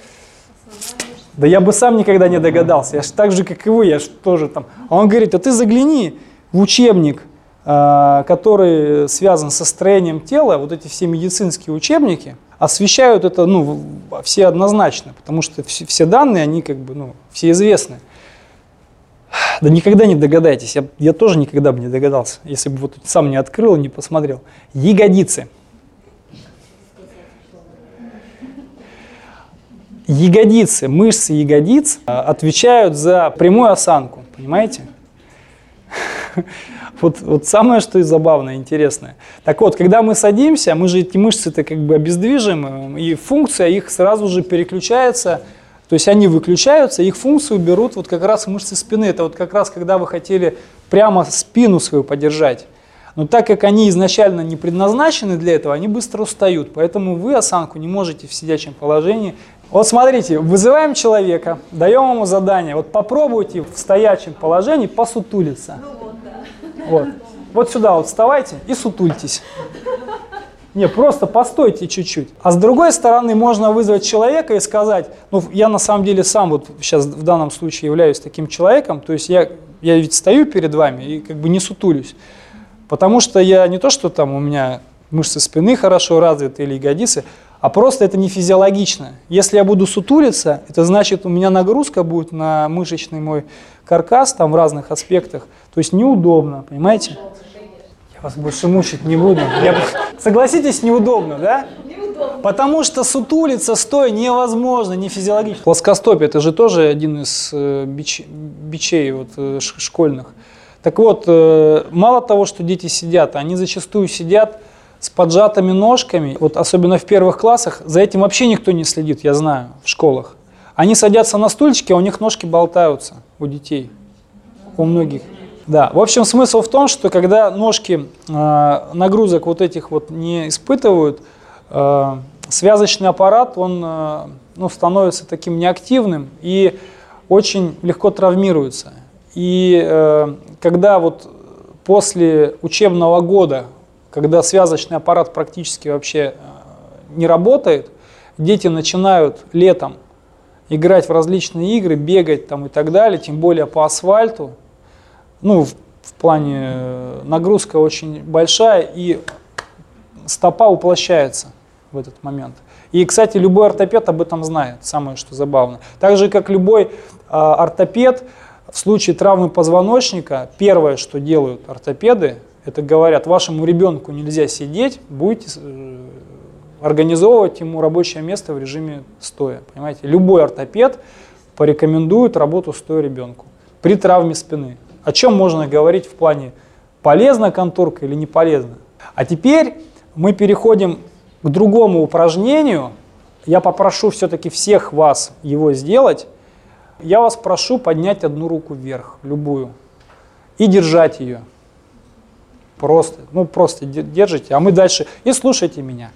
Да я бы сам никогда не догадался. Я же так же, как и вы, я же тоже там. А он говорит: а ты загляни в учебник, который связан со строением тела, вот эти все медицинские учебники освещают это, ну, все однозначно, потому что все данные, они как бы, ну, все известны. Да никогда не догадаетесь, я тоже никогда бы не догадался, если бы вот сам не открыл и не посмотрел. Ягодицы. Ягодицы, мышцы ягодиц отвечают за прямую осанку, понимаете? Вот самое, что и забавное, интересное. Так вот, когда мы садимся, мы же эти мышцы-то как бы обездвижим, и функция их сразу же переключается, то есть они выключаются, их функцию берут вот как раз мышцы спины. Это вот как раз когда вы хотели прямо спину свою поддержать. Но так как они изначально не предназначены для этого, они быстро устают, поэтому вы осанку не можете в сидячем положении. Вот смотрите, вызываем человека, даем ему задание, вот попробуйте в стоячем положении посутулиться. Вот сюда вот вставайте и сутультесь. Не, просто постойте чуть-чуть. А с другой стороны, можно вызвать человека и сказать, ну, я на самом деле сам вот сейчас в данном случае являюсь таким человеком, то есть я ведь стою перед вами и как бы не сутулюсь, потому что я не то, что там у меня мышцы спины хорошо развиты или ягодицы, а просто это не физиологично. Если я буду сутулиться, это значит, у меня нагрузка будет на мышечный мой каркас там в разных аспектах, то есть неудобно, понимаете? Я вас больше мучить не буду. Согласитесь, неудобно, да? Неудобно. Потому что сутулиться стоя невозможно, не физиологично. Плоскостопие – это же тоже один из бичей вот, школьных. Так вот, мало того, что дети сидят, они зачастую сидят с поджатыми ножками, вот особенно в первых классах, за этим вообще никто не следит, я знаю, в школах. Они садятся на стульчики, а у них ножки болтаются, у детей, у многих. Да, в общем, смысл в том, что когда ножки нагрузок вот этих вот не испытывают, связочный аппарат, он ну, становится таким неактивным и очень легко травмируется. И когда вот после учебного года, когда связочный аппарат практически вообще не работает, дети начинают летом играть в различные игры, бегать там и так далее, тем более по асфальту. Ну, в плане нагрузка очень большая, и стопа уплощается в этот момент. И, кстати, любой ортопед об этом знает, самое что забавно. Так же, как любой ортопед, в случае травмы позвоночника, первое, что делают ортопеды, это говорят: вашему ребенку нельзя сидеть, будете организовывать ему рабочее место в режиме стоя. Понимаете? Любой ортопед порекомендует работу стоя ребенку при травме спины. О чем можно говорить в плане полезна конторка или не полезна. А теперь мы переходим к другому упражнению. Я попрошу все-таки всех вас его сделать. Я вас прошу поднять одну руку вверх, любую, и держать ее. Просто держите, а мы дальше. И слушайте меня.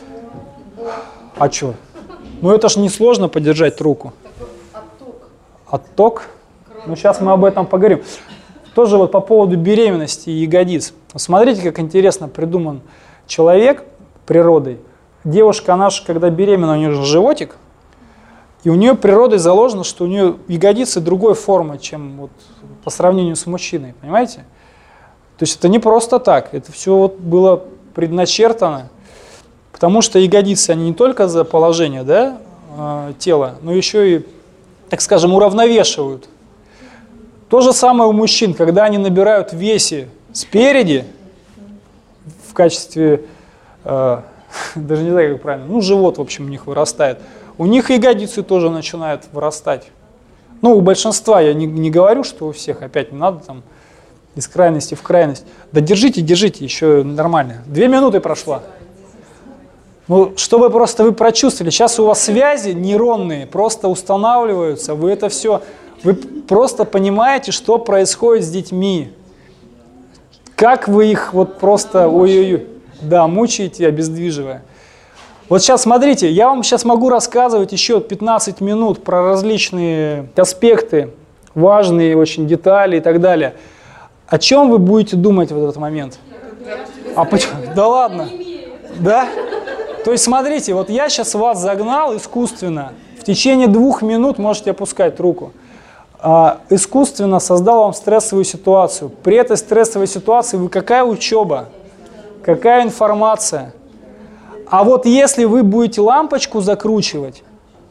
А что? Ну это ж не сложно подержать руку. Отток? Ну сейчас мы об этом поговорим. Тоже вот по поводу беременности и ягодиц. Смотрите, как интересно придуман человек природой. Девушка наша, когда беременна, у нее же животик, и у нее природой заложено, что у нее ягодицы другой формы, чем вот по сравнению с мужчиной, понимаете? То есть это не просто так, это все вот было предначертано, потому что ягодицы, они не только за положение, да, тела, но еще и, так скажем, уравновешивают. То же самое у мужчин, когда они набирают в весе спереди, в качестве, даже не знаю, как правильно, ну, живот, в общем, у них вырастает, у них ягодицы тоже начинают вырастать. Ну, у большинства, я не говорю, что у всех, опять не надо там из крайности в крайность. Да держите, еще нормально. 2 минуты прошло. Ну, чтобы просто вы прочувствовали, сейчас у вас связи нейронные просто устанавливаются, вы это все, вы просто понимаете, что происходит с детьми. Как вы их вот просто, ой-ой-ой, да, мучаете, обездвиживая. Вот сейчас смотрите, я вам сейчас могу рассказывать еще 15 минут про различные аспекты, важные очень детали и так далее. О чем вы будете думать в этот момент? А почему? Да ладно? Да? То есть смотрите, вот я сейчас вас загнал искусственно, в течение 2 минут можете опускать руку. Искусственно создал вам стрессовую ситуацию. При этой стрессовой ситуации вы какая учеба, какая информация? А вот если вы будете лампочку закручивать,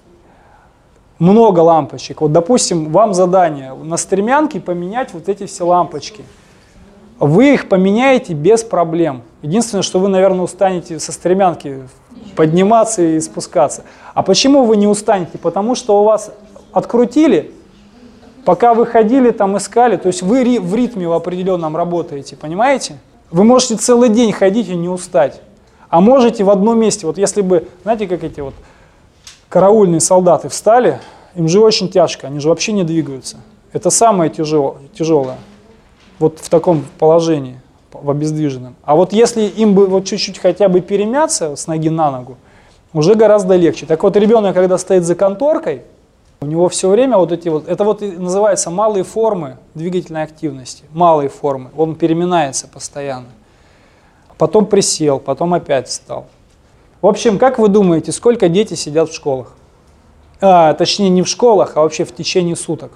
много лампочек, вот допустим, вам задание на стремянке поменять вот эти все лампочки. Вы их поменяете без проблем. Единственное, что вы, наверное, устанете со стремянки подниматься и спускаться. А почему вы не устанете? Потому что у вас открутили, пока вы ходили там искали, то есть вы в ритме в определенном работаете, понимаете? Вы можете целый день ходить и не устать. А можете в одном месте, вот если бы, знаете, как эти вот караульные солдаты встали, им же очень тяжко, они же вообще не двигаются. Это самое тяжелое, вот в таком положении, в обездвиженном. А вот если им бы вот чуть-чуть хотя бы перемяться с ноги на ногу, уже гораздо легче. Так вот, ребенок, когда стоит за конторкой, у него все время вот эти вот, это вот и называется малые формы двигательной активности, малые формы, он переминается постоянно. Потом присел, потом опять встал. В общем, как вы думаете, сколько дети сидят в школах? Точнее, не в школах, а вообще в течение суток?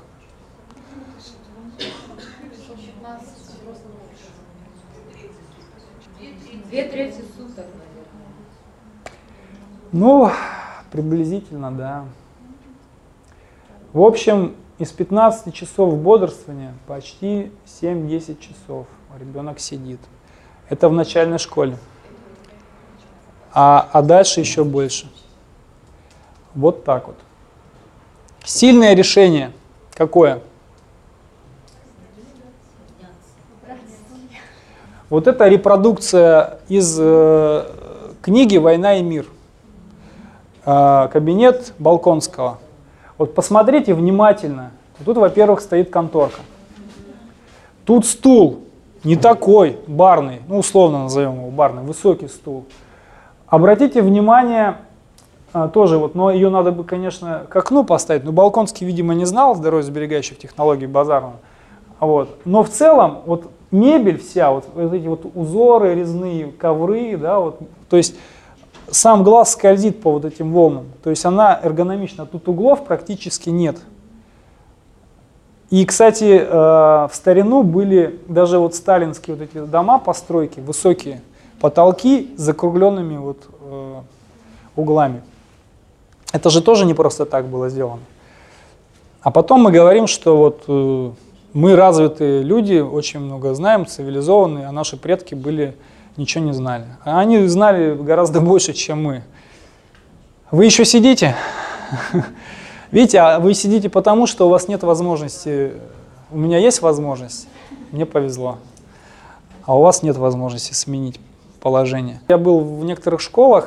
2/3 суток. Ну, приблизительно, да. В общем, из 15 часов бодрствования почти 7-10 часов ребенок сидит. Это в начальной школе. А дальше еще больше. Вот так вот. Сильное решение какое? Вот это репродукция из книги «Война и мир». Кабинет Болконского. Вот посмотрите внимательно. Тут, во-первых, стоит конторка. Тут стул. Не такой, барный, ну условно назовем его барный, высокий стул. Обратите внимание, тоже вот, но ее надо бы, конечно, к окну поставить, но Болконский, видимо, не знал здоровьесберегающих технологий базарного. Вот. Но в целом, вот мебель вся, вот эти вот узоры, резные ковры, да, вот, то есть сам глаз скользит по вот этим волнам, то есть она эргономична, тут углов практически нет. И, кстати, в старину были даже вот сталинские вот эти дома, постройки, высокие потолки с закругленными вот углами. Это же тоже не просто так было сделано. А потом мы говорим, что вот мы развитые люди, очень много знаем, цивилизованные, а наши предки были, ничего не знали. А они знали гораздо больше, чем мы. Вы еще сидите? Видите, а вы сидите потому, что у вас нет возможности. У меня есть возможность, мне повезло. а у вас нет возможности сменить положение. Я был в некоторых школах,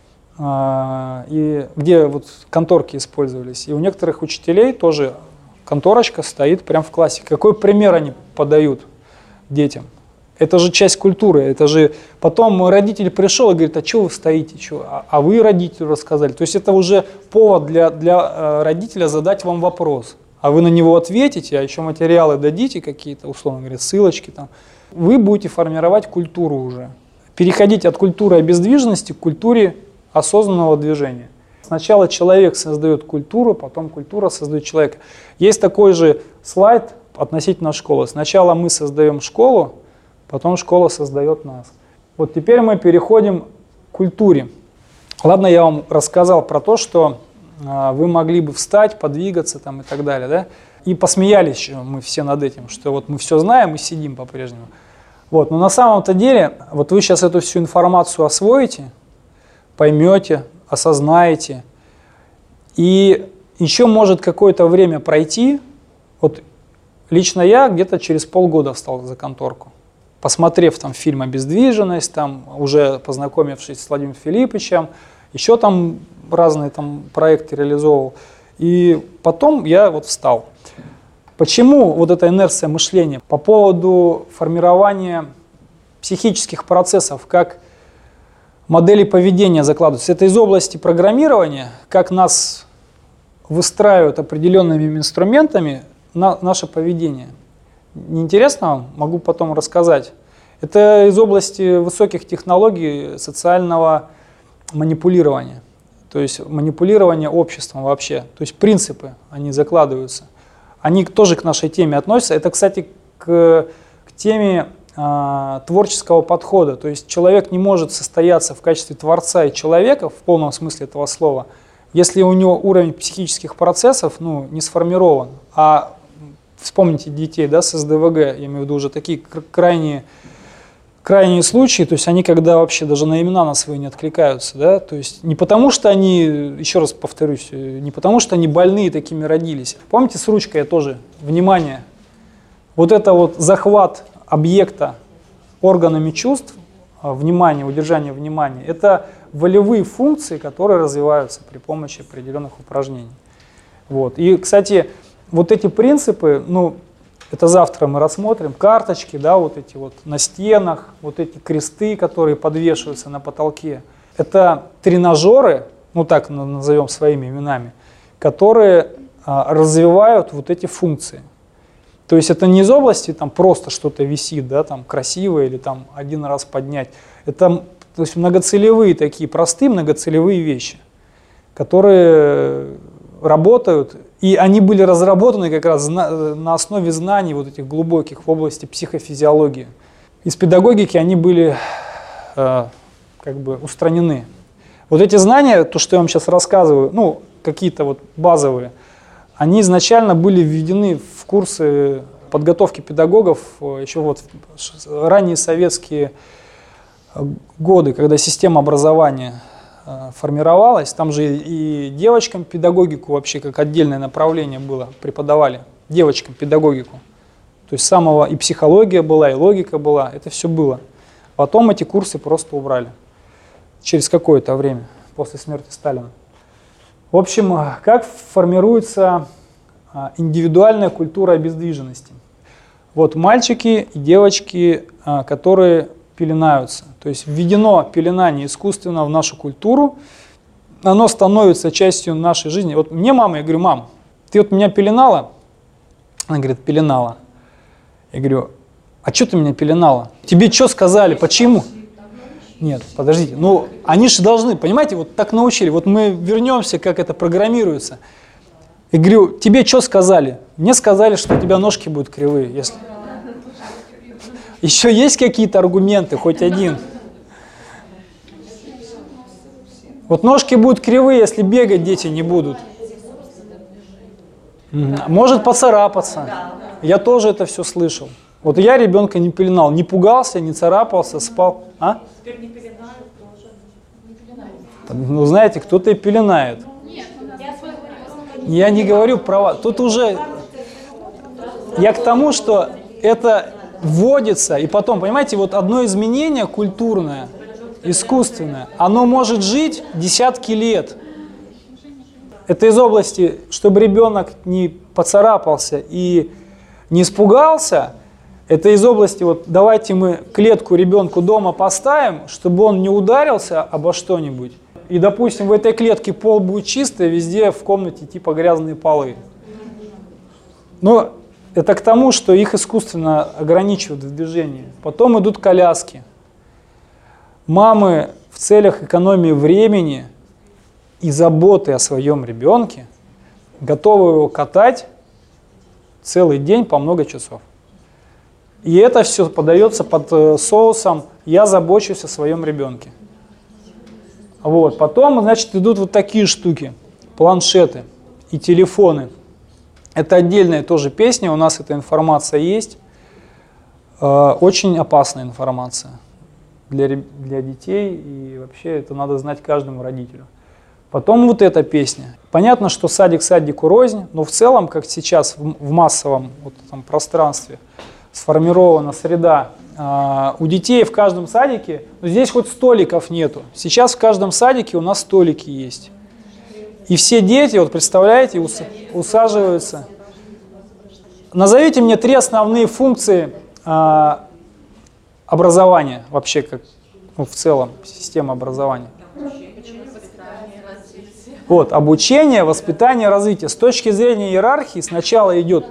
где вот конторки использовались, и у некоторых учителей тоже конторочка стоит прямо в классе. Какой пример они подают детям? Это же часть культуры, это же потом родитель пришел и говорит, а что вы стоите, а вы родителю рассказали. То есть это уже повод для родителя задать вам вопрос, а вы на него ответите, а еще материалы дадите какие-то, условно говоря, ссылочки там. Вы будете формировать культуру уже. Переходить от культуры обездвиженности к культуре осознанного движения. Сначала человек создает культуру, потом культура создает человека. Есть такой же слайд относительно школы. Сначала мы создаем школу, потом школа создает нас. Вот теперь мы переходим к культуре. Ладно, я вам рассказал про то, что вы могли бы встать, подвигаться там и так далее, да? И посмеялись еще мы все над этим, что вот мы все знаем и сидим по-прежнему. Вот. Но на самом-то деле, вот вы сейчас эту всю информацию освоите, поймете, осознаете, и еще может какое-то время пройти. Вот лично я где-то через полгода встал за конторку, посмотрев там фильм «Обездвиженность», там, уже познакомившись с Владимиром Филипповичем, еще там разные там проекты реализовывал. И потом я вот встал. Почему вот эта инерция мышления? По поводу формирования психических процессов, как модели поведения закладываются. Это из области программирования, как нас выстраивают определенными инструментами наше поведение. Неинтересно вам? Могу потом рассказать. Это из области высоких технологий социального манипулирования. То есть манипулирование обществом вообще. То есть принципы, они закладываются. Они тоже к нашей теме относятся. Это, кстати, к теме творческого подхода. То есть человек не может состояться в качестве творца и человека, в полном смысле этого слова, если у него уровень психических процессов не сформирован. А вспомните детей, да, с СДВГ, я имею в виду уже такие крайние случаи, то есть они когда вообще даже на имена на свои не откликаются, да, то есть не потому что они, еще раз повторюсь, не потому что они больные такими родились. Помните с ручкой я тоже, внимание, вот это вот захват объекта органами чувств, внимание, удержание внимания, это волевые функции, которые развиваются при помощи определенных упражнений. Вот. И, кстати, вот эти принципы, это завтра мы рассмотрим, карточки, да, вот эти вот на стенах, вот эти кресты, которые подвешиваются на потолке, это тренажеры, так назовем своими именами, которые развивают вот эти функции. То есть это не из области там просто что-то висит, да, там красивое или там один раз поднять. Это то есть многоцелевые такие простые многоцелевые вещи, которые работают, и они были разработаны как раз на основе знаний вот этих глубоких в области психофизиологии. Из педагогики они были устранены. Вот эти знания, то, что я вам сейчас рассказываю, какие-то вот базовые, они изначально были введены в курсы подготовки педагогов еще вот в ранние советские годы, когда система образования формировалась. Там же и девочкам педагогику вообще как отдельное направление было, преподавали девочкам педагогику. То есть и психология была, и логика была, это все было. Потом эти курсы просто убрали через какое-то время, после смерти Сталина. В общем, как формируется индивидуальная культура обездвиженности? Вот мальчики и девочки, которые пеленаются. То есть введено пеленание искусственно в нашу культуру, оно становится частью нашей жизни. Вот мне мама, я говорю, мам, ты вот меня пеленала? Она говорит, пеленала. Я говорю, а что ты меня пеленала? Тебе что сказали, почему? Нет, подождите, они же должны, понимаете, вот так научили. Вот мы вернемся, как это программируется. Я говорю, тебе что сказали? Мне сказали, что у тебя ножки будут кривые. Если... Еще есть какие-то аргументы, хоть один? Вот ножки будут кривые, если бегать дети не будут. Может поцарапаться. Я тоже это все слышал. Вот я ребенка не пеленал, не пугался, не царапался, спал. А? Теперь не пеленают тоже. Не пеленают. Знаете, кто-то и пеленает. Нет, я не говорю про вас. Тут уже... Я к тому, что это вводится, и потом, понимаете, вот одно изменение культурное, искусственное, оно может жить десятки лет. Это из области, чтобы ребенок не поцарапался и не испугался, это из области, вот давайте мы клетку ребенку дома поставим, чтобы он не ударился обо что-нибудь. И, допустим, в этой клетке пол будет чистый, везде в комнате типа грязные полы. Но это к тому, что их искусственно ограничивают в движении. Потом идут коляски. Мамы в целях экономии времени и заботы о своем ребенке готовы его катать целый день по много часов. И это все подается под соусом «я забочусь о своем ребенке». Вот. Потом, значит, идут вот такие штуки, планшеты и телефоны. Это отдельная тоже песня, у нас эта информация есть. Очень опасная информация для детей, и вообще это надо знать каждому родителю. Потом вот эта песня. Понятно, что садик садику рознь, но в целом, как сейчас в массовом вот этом пространстве сформирована среда, у детей в каждом садике, ну, здесь хоть столиков нету, сейчас в каждом садике у нас столики есть. И все дети, вот представляете, усаживаются. Назовите мне 3 основные функции образования, вообще как в целом система образования. Вот, обучение, воспитание, развитие. С точки зрения иерархии сначала идет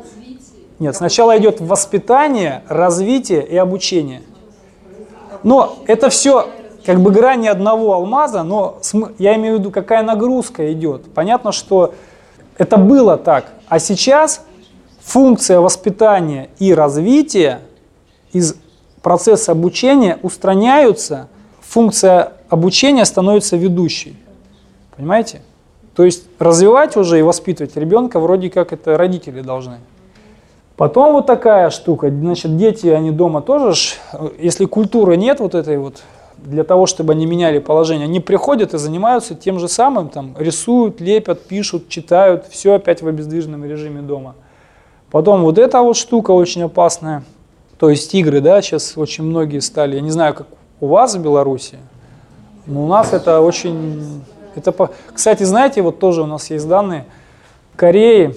воспитание, развитие и обучение. Но это все как бы грани одного алмаза, но я имею в виду, какая нагрузка идет. Понятно, что это было так, а сейчас функция воспитания и развития из процесса обучения устраняются, функция обучения становится ведущей. Понимаете? То есть развивать уже и воспитывать ребенка вроде как это родители должны. Потом вот такая штука, значит, дети, они дома тоже, если культуры нет вот этой вот, для того, чтобы они меняли положение, они приходят и занимаются тем же самым, там, рисуют, лепят, пишут, читают, все опять в обездвиженном режиме дома. Потом вот эта вот штука очень опасная, то есть игры, да, сейчас очень многие стали, я не знаю, как у вас в Беларуси, но у нас это очень... Кстати, знаете, вот тоже у нас есть данные, в Корее,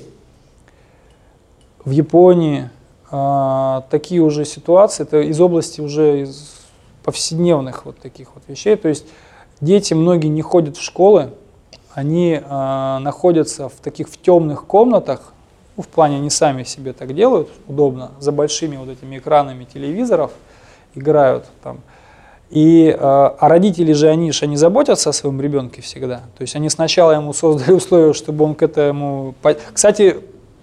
в Японии такие уже ситуации, это из области уже из повседневных вот таких вот вещей, то есть дети многие не ходят в школы, они находятся в таких в темных комнатах, ну, в плане они сами себе так делают, удобно, за большими вот этими экранами телевизоров играют там. А родители же, они заботятся о своем ребенке всегда. То есть они сначала ему создали условия, чтобы он к этому... Кстати,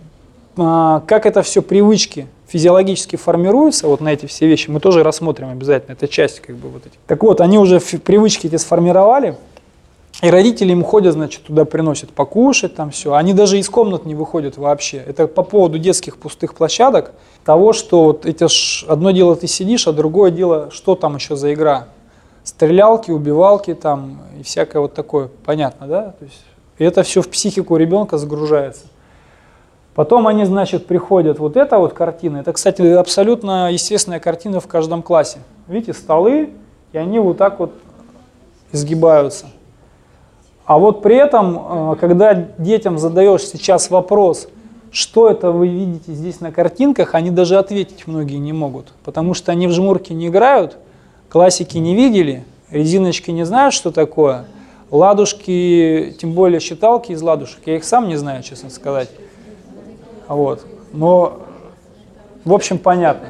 как это все привычки физиологически формируются, вот на эти все вещи, мы тоже рассмотрим обязательно, это часть как бы вот этих. Так вот, они уже привычки эти сформировали, и родители им ходят, значит, туда приносят покушать, там все. Они даже из комнат не выходят вообще. Это по поводу детских пустых площадок, того, что вот одно дело ты сидишь, а другое дело, что там еще за игра. Стрелялки, убивалки там и всякое вот такое, понятно, да? То есть, и это все в психику ребенка загружается. Потом они, значит, приходят, вот эта вот картина, это, кстати, абсолютно естественная картина в каждом классе. Видите, столы, и они вот так вот изгибаются. А вот при этом, когда детям задаешь сейчас вопрос, что это вы видите здесь на картинках, они даже ответить многие не могут, потому что они в жмурки не играют, классики не видели, резиночки не знают, что такое, ладушки, тем более считалки из ладушек, я их сам не знаю, честно сказать. Вот. Но, в общем, понятно.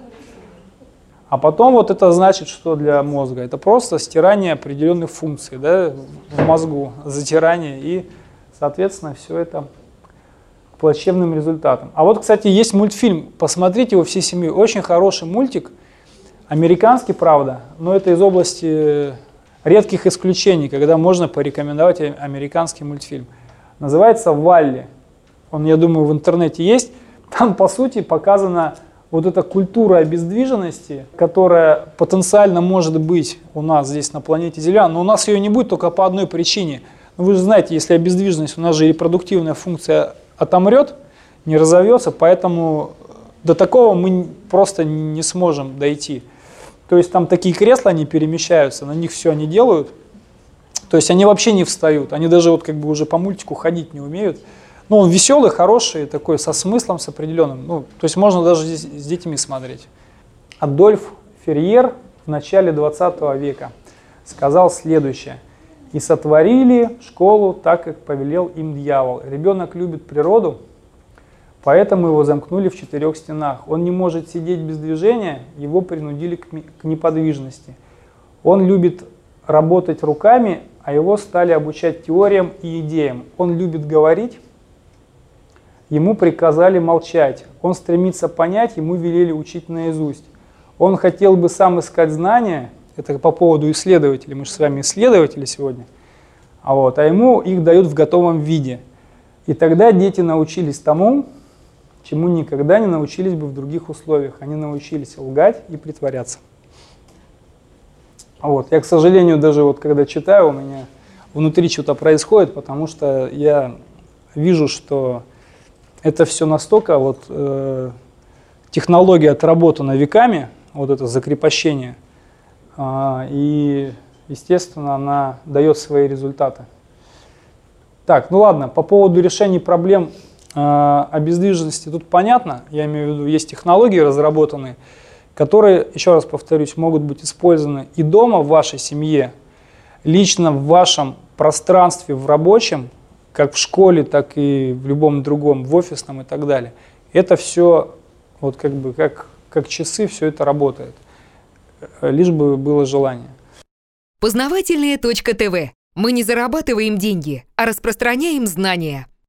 А потом вот это значит, что для мозга? Это просто стирание определенных функций, да, в мозгу, затирание, и, соответственно, все это к плачевным результатам. А вот, кстати, есть мультфильм, посмотрите его всей семьей, очень хороший мультик, американский, правда, но это из области редких исключений, когда можно порекомендовать американский мультфильм. Называется «Валли». Он, я думаю, в интернете есть. Там, по сути, показана вот эта культура обездвиженности, которая потенциально может быть у нас здесь на планете Земля, но у нас ее не будет только по одной причине. Вы же знаете, если обездвиженность, у нас же репродуктивная функция отомрет, не разовьется, поэтому До такого мы просто не сможем дойти. То есть там такие кресла, они перемещаются, на них все они делают. То есть они вообще не встают, они даже вот как бы уже по мультику ходить не умеют. Ну, он веселый, хороший, такой, со смыслом, с определенным. Ну, то есть можно даже здесь с детьми смотреть. Адольф Ферьер в начале 20 века сказал следующее. «И сотворили школу так, как повелел им дьявол». Ребенок любит природу, поэтому его замкнули в 4 стенах. Он не может сидеть без движения, его принудили к неподвижности. Он любит работать руками, а его стали обучать теориям и идеям. Он любит говорить, ему приказали молчать. Он стремится понять, ему велели учить наизусть. Он хотел бы сам искать знания, это по поводу исследователей, мы же с вами исследователи сегодня, а ему их дают в готовом виде. И тогда дети научились тому, чему никогда не научились бы в других условиях. Они научились лгать и притворяться. Я, к сожалению, даже когда читаю, у меня внутри что-то происходит, потому что я вижу, что это все настолько, технология отработана веками, это закрепощение, и, естественно, она дает свои результаты. Так, ну ладно, по поводу решения проблем обездвиженности тут понятно, я имею в виду, есть технологии разработанные, которые, еще раз повторюсь, могут быть использованы и дома в вашей семье, лично в вашем пространстве, в рабочем, как в школе, так и в любом другом, в офисном и так далее. Это все, как часы, все это работает, лишь бы было желание. Познавательная .тв. Мы не зарабатываем деньги, а распространяем знания.